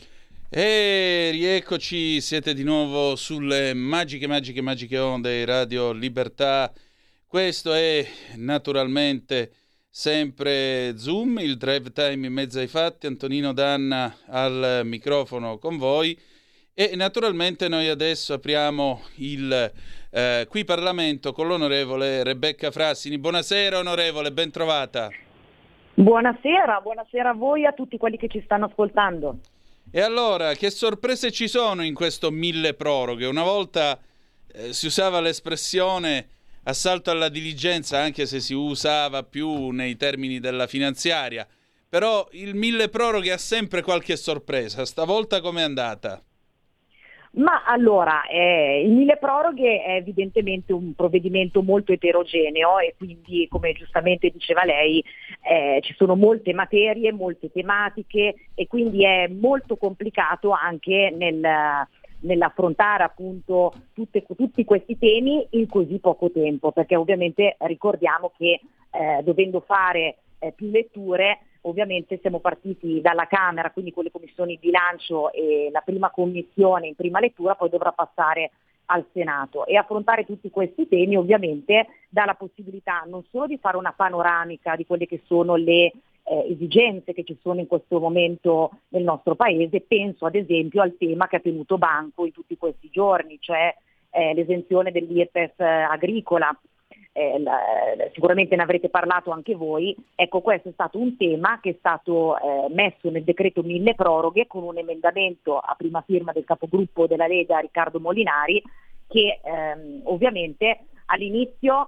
Speaker 5: E rieccoci, siete di nuovo sulle magiche onde di Radio Libertà. Questo è naturalmente sempre Zoom, il drive time in mezzo ai fatti. Antonino Danna al microfono con voi e naturalmente noi adesso apriamo il Qui Parlamento con l'onorevole Rebecca Frassini. Buonasera onorevole, ben trovata.
Speaker 21: Buonasera a voi e a tutti quelli che ci stanno ascoltando.
Speaker 5: E allora, che sorprese ci sono in questo mille proroghe? Una volta si usava l'espressione assalto alla diligenza, anche se si usava più nei termini della finanziaria, però il mille proroghe ha sempre qualche sorpresa. Stavolta com'è andata?
Speaker 21: Ma allora, il mille proroghe è evidentemente un provvedimento molto eterogeneo e quindi, come giustamente diceva lei, ci sono molte materie, molte tematiche e quindi è molto complicato anche nell'affrontare appunto tutti questi temi in così poco tempo, perché ovviamente ricordiamo che dovendo fare più letture, ovviamente siamo partiti dalla Camera, quindi con le commissioni bilancio e la prima commissione in prima lettura, poi dovrà passare al Senato e affrontare tutti questi temi ovviamente dà la possibilità non solo di fare una panoramica di quelle che sono le esigenze che ci sono in questo momento nel nostro Paese. Penso ad esempio al tema che ha tenuto banco in tutti questi giorni, cioè l'esenzione dell'IRPEF agricola. Sicuramente ne avrete parlato anche voi. Ecco, questo è stato un tema che è stato messo nel decreto mille proroghe con un emendamento a prima firma del capogruppo della Lega Riccardo Molinari che ovviamente all'inizio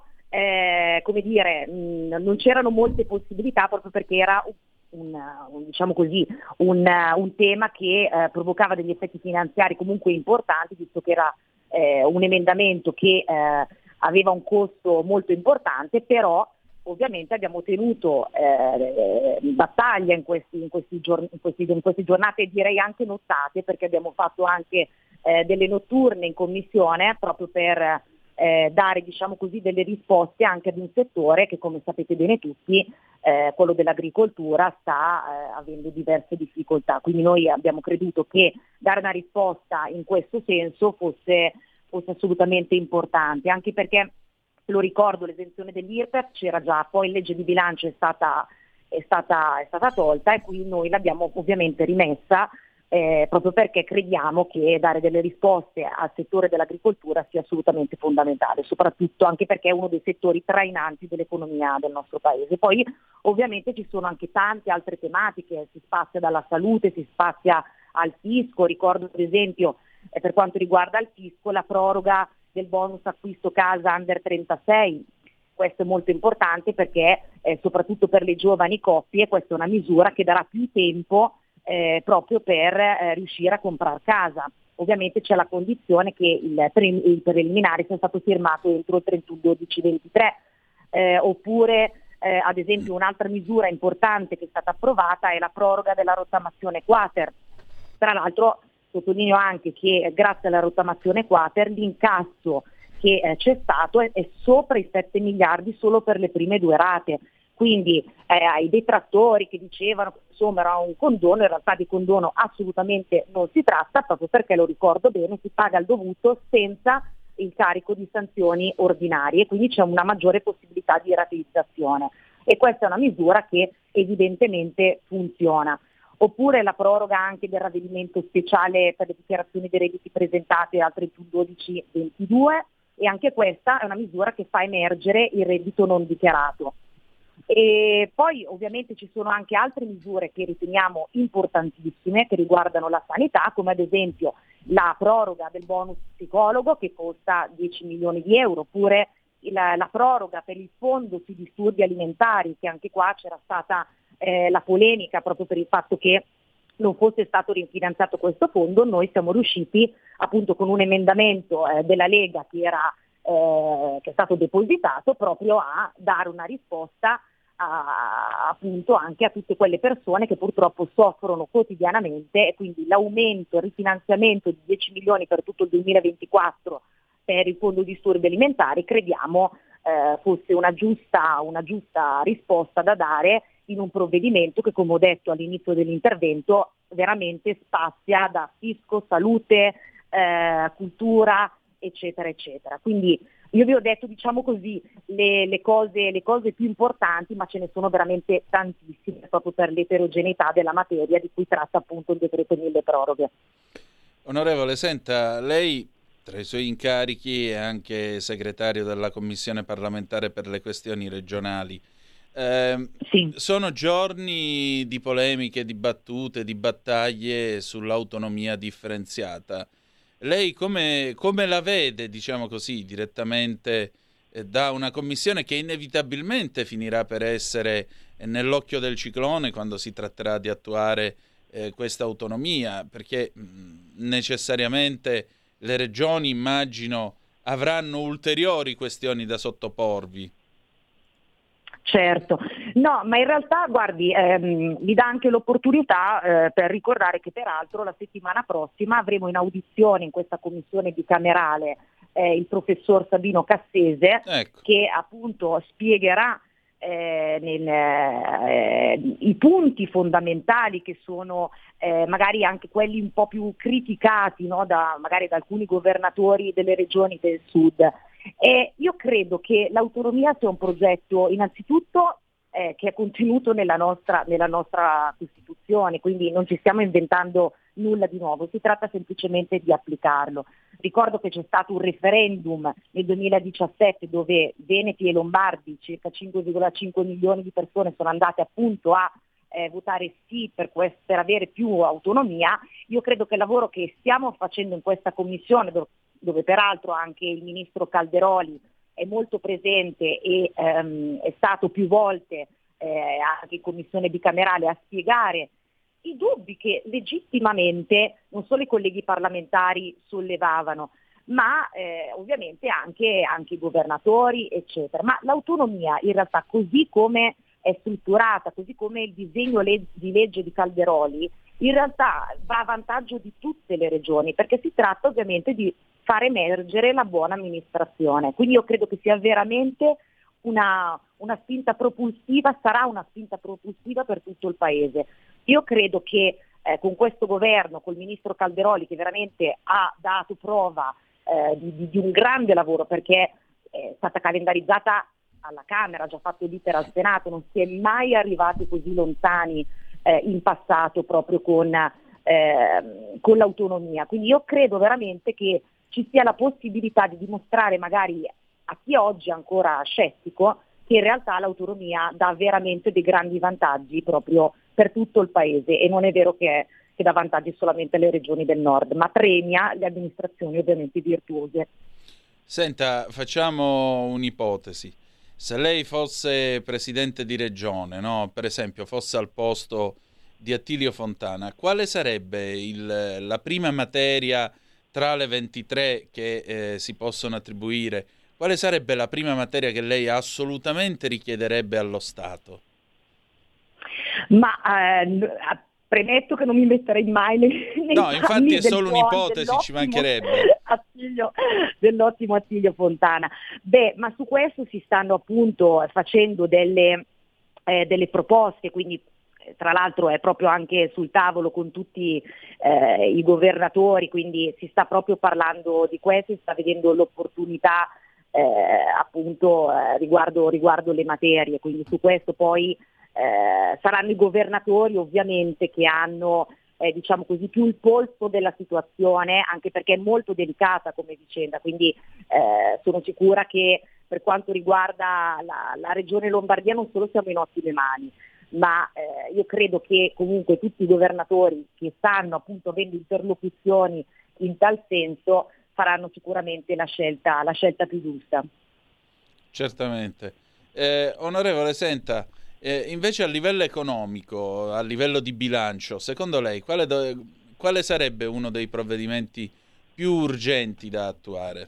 Speaker 21: non c'erano molte possibilità proprio perché era un tema che provocava degli effetti finanziari comunque importanti, visto che era un emendamento che aveva un costo molto importante, però ovviamente abbiamo tenuto battaglia in queste giornate, direi anche nottate, perché abbiamo fatto anche delle notturne in commissione proprio per dare delle risposte anche ad un settore che, come sapete bene tutti, quello dell'agricoltura sta avendo diverse difficoltà. Quindi noi abbiamo creduto che dare una risposta in questo senso fosse assolutamente importante, anche perché, lo ricordo, l'esenzione dell'IRPEF c'era già, poi in legge di bilancio è stata tolta e qui noi l'abbiamo ovviamente rimessa proprio perché crediamo che dare delle risposte al settore dell'agricoltura sia assolutamente fondamentale, soprattutto anche perché è uno dei settori trainanti dell'economia del nostro paese. Poi ovviamente ci sono anche tante altre tematiche, si spazia dalla salute, si spazia al fisco. Ricordo ad esempio per quanto riguarda il fisco la proroga del bonus acquisto casa under 36. Questo è molto importante perché soprattutto per le giovani coppie questa è una misura che darà più tempo proprio per riuscire a comprare casa. Ovviamente c'è la condizione che il preliminare sia stato firmato entro il 31/12/23, oppure ad esempio un'altra misura importante che è stata approvata è la proroga della rottamazione quater. Tra l'altro sottolineo anche che grazie alla rottamazione quater l'incasso che c'è stato è sopra i 7 miliardi solo per le prime 2 rate. Quindi ai detrattori che dicevano che insomma era un condono, in realtà di condono assolutamente non si tratta, proprio perché, lo ricordo bene, si paga il dovuto senza il carico di sanzioni ordinarie, quindi c'è una maggiore possibilità di rateizzazione e questa è una misura che evidentemente funziona. Oppure la proroga anche del ravvedimento speciale per le dichiarazioni dei redditi presentate al 31/12/22 e anche questa è una misura che fa emergere il reddito non dichiarato. E poi ovviamente ci sono anche altre misure che riteniamo importantissime che riguardano la sanità, come ad esempio la proroga del bonus psicologo che costa 10 milioni di euro, oppure la proroga per il fondo sui disturbi alimentari, che anche qua c'era stata la polemica proprio per il fatto che non fosse stato rifinanziato questo fondo. Noi siamo riusciti appunto con un emendamento della Lega che è stato depositato proprio a dare una risposta appunto anche a tutte quelle persone che purtroppo soffrono quotidianamente, e quindi l'aumento, il rifinanziamento di 10 milioni per tutto il 2024 per il fondo disturbi alimentari crediamo fosse una giusta risposta da dare in un provvedimento che, come ho detto all'inizio dell'intervento, veramente spazia da fisco, salute, cultura, eccetera, eccetera. Quindi io vi ho detto, diciamo così, le cose più importanti, ma ce ne sono veramente tantissime proprio per l'eterogeneità della materia di cui tratta appunto il decreto milleproroghe.
Speaker 5: Onorevole, senta, lei tra i suoi incarichi è anche segretario della Commissione parlamentare per le questioni regionali.
Speaker 21: Sì.
Speaker 5: Sono giorni di polemiche, di battute, di battaglie sull'autonomia differenziata. Lei come la vede, diciamo così, direttamente da una commissione che inevitabilmente finirà per essere nell'occhio del ciclone quando si tratterà di attuare questa autonomia, perché necessariamente le regioni, immagino, avranno ulteriori questioni da sottoporvi.
Speaker 21: Certo, no, ma in realtà guardi, mi dà anche l'opportunità per ricordare che peraltro la settimana prossima avremo in audizione in questa commissione bicamerale il professor Sabino Cassese, ecco, che appunto spiegherà i punti fondamentali che sono magari anche quelli un po' più criticati, no, magari da alcuni governatori delle regioni del sud. E io credo che l'autonomia sia un progetto innanzitutto che è contenuto nella nostra Costituzione, quindi non ci stiamo inventando nulla di nuovo, si tratta semplicemente di applicarlo. Ricordo che c'è stato un referendum nel 2017 dove Veneti e Lombardi, circa 5,5 milioni di persone, sono andate appunto a votare sì per avere più autonomia. Io credo che il lavoro che stiamo facendo in questa commissione, dove peraltro anche il ministro Calderoli è molto presente e è stato più volte anche in commissione bicamerale a spiegare i dubbi che legittimamente non solo i colleghi parlamentari sollevavano, ma ovviamente anche i governatori, eccetera. Ma l'autonomia in realtà, così come è strutturata, così come il disegno di legge di Calderoli, in realtà va a vantaggio di tutte le regioni, perché si tratta ovviamente di far emergere la buona amministrazione. Quindi io credo che sia veramente una spinta propulsiva, sarà una spinta propulsiva per tutto il Paese. Io credo che con questo governo, col ministro Calderoli, che veramente ha dato prova di un grande lavoro, perché è stata calendarizzata alla Camera, ha già fatto l'iter al Senato, non si è mai arrivati così lontani in passato proprio con con l'autonomia. Quindi io credo veramente che ci sia la possibilità di dimostrare magari a chi oggi è ancora scettico che in realtà l'autonomia dà veramente dei grandi vantaggi proprio per tutto il paese, e non è vero che dà vantaggi solamente alle regioni del nord, ma premia le amministrazioni ovviamente virtuose.
Speaker 5: Senta, facciamo un'ipotesi. Se lei fosse presidente di regione, no? Per esempio fosse al posto di Attilio Fontana, quale sarebbe la prima materia tra le 23 che si possono attribuire? Quale sarebbe la prima materia che lei assolutamente richiederebbe allo Stato?
Speaker 21: Ma premetto che non mi metterei mai nei
Speaker 5: no, infatti è solo un'ipotesi, ci mancherebbe.
Speaker 21: Dell'ottimo Attilio Fontana. Ma su questo si stanno appunto facendo delle proposte, quindi tra l'altro è proprio anche sul tavolo con tutti i governatori, quindi si sta proprio parlando di questo, si sta vedendo l'opportunità appunto riguardo le materie, quindi su questo poi saranno i governatori ovviamente che hanno diciamo così più il polso della situazione, anche perché è molto delicata come vicenda, quindi sono sicura che per quanto riguarda la regione Lombardia non solo siamo in ottime mani, ma io credo che comunque tutti i governatori che stanno appunto avendo interlocuzioni in tal senso faranno sicuramente la scelta più giusta.
Speaker 5: Certamente. Onorevole, senta, invece a livello economico, a livello di bilancio, secondo lei quale sarebbe uno dei provvedimenti più urgenti da attuare?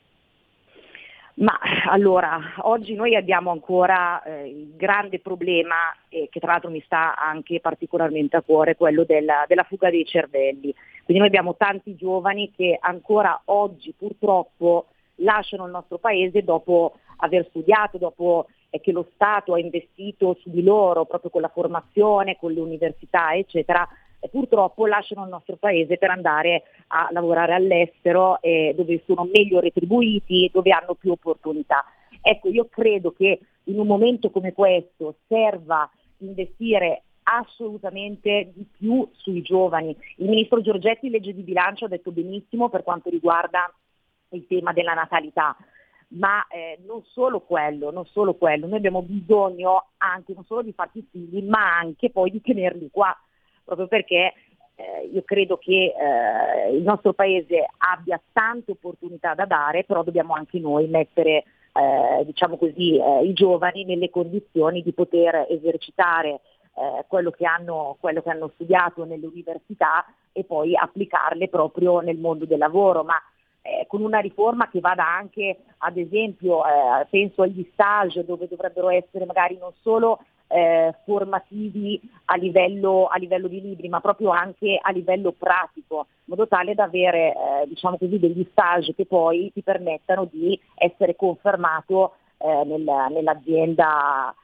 Speaker 21: Ma allora, oggi noi abbiamo ancora il grande problema, che tra l'altro mi sta anche particolarmente a cuore, quello della fuga dei cervelli. Quindi noi abbiamo tanti giovani che ancora oggi purtroppo lasciano il nostro paese dopo aver studiato, dopo che lo Stato ha investito su di loro proprio con la formazione, con le università eccetera, e purtroppo lasciano il nostro paese per andare a lavorare all'estero, dove sono meglio retribuiti, dove hanno più opportunità. Ecco, io credo che in un momento come questo serva investire assolutamente di più sui giovani. Il ministro Giorgetti in legge di bilancio ha detto benissimo per quanto riguarda il tema della natalità, ma non solo quello, noi abbiamo bisogno anche non solo di farci figli, ma anche poi di tenerli qua, proprio perché io credo che il nostro paese abbia tante opportunità da dare, però dobbiamo anche noi mettere diciamo così i giovani nelle condizioni di poter esercitare quello che hanno studiato nelle università e poi applicarle proprio nel mondo del lavoro, ma con una riforma che vada anche, ad esempio, penso agli stage, dove dovrebbero essere magari non solo formativi a livello di libri, ma proprio anche a livello pratico, in modo tale da avere diciamo così degli stage che poi ti permettano di essere confermato nell'azienda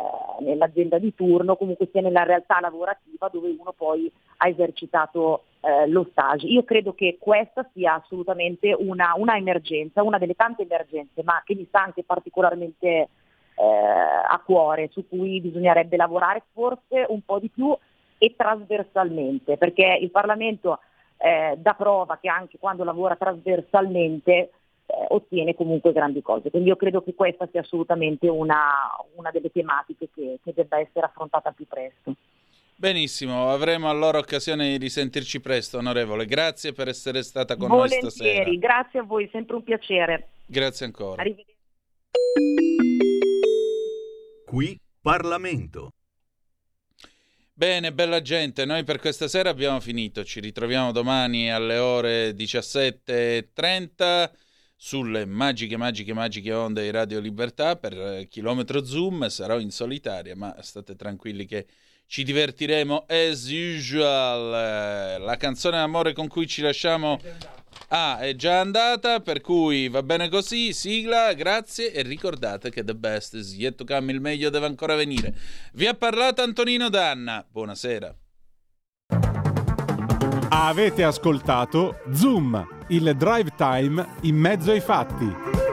Speaker 21: di turno, comunque sia nella realtà lavorativa dove uno poi ha esercitato lo stage. Io credo che questa sia assolutamente una emergenza, una delle tante emergenze, ma che mi sta anche particolarmente a cuore, su cui bisognerebbe lavorare forse un po' di più e trasversalmente, perché il Parlamento dà prova che anche quando lavora trasversalmente ottiene comunque grandi cose. Quindi io credo che questa sia assolutamente una delle tematiche che debba essere affrontata più presto.
Speaker 5: Benissimo, avremo allora occasione di risentirci presto, onorevole. Grazie per essere stata con noi stasera.
Speaker 21: Volentieri, grazie a voi, sempre un piacere.
Speaker 5: Grazie ancora.
Speaker 21: Arrivederci.
Speaker 16: Qui Parlamento.
Speaker 5: Bene, bella gente, noi per questa sera abbiamo finito. Ci ritroviamo domani alle ore 17:30 sulle magiche onde di Radio Libertà per Chilometro Zoom. Sarò in solitaria, ma state tranquilli che ci divertiremo as usual. La canzone d'amore con cui ci lasciamo è già andata, per cui va bene così. Sigla, grazie, e ricordate che the best is yet to come, il meglio deve ancora venire. Vi ha parlato Antonino Danna, buonasera.
Speaker 1: Avete ascoltato Zoom, il drive time in mezzo ai fatti.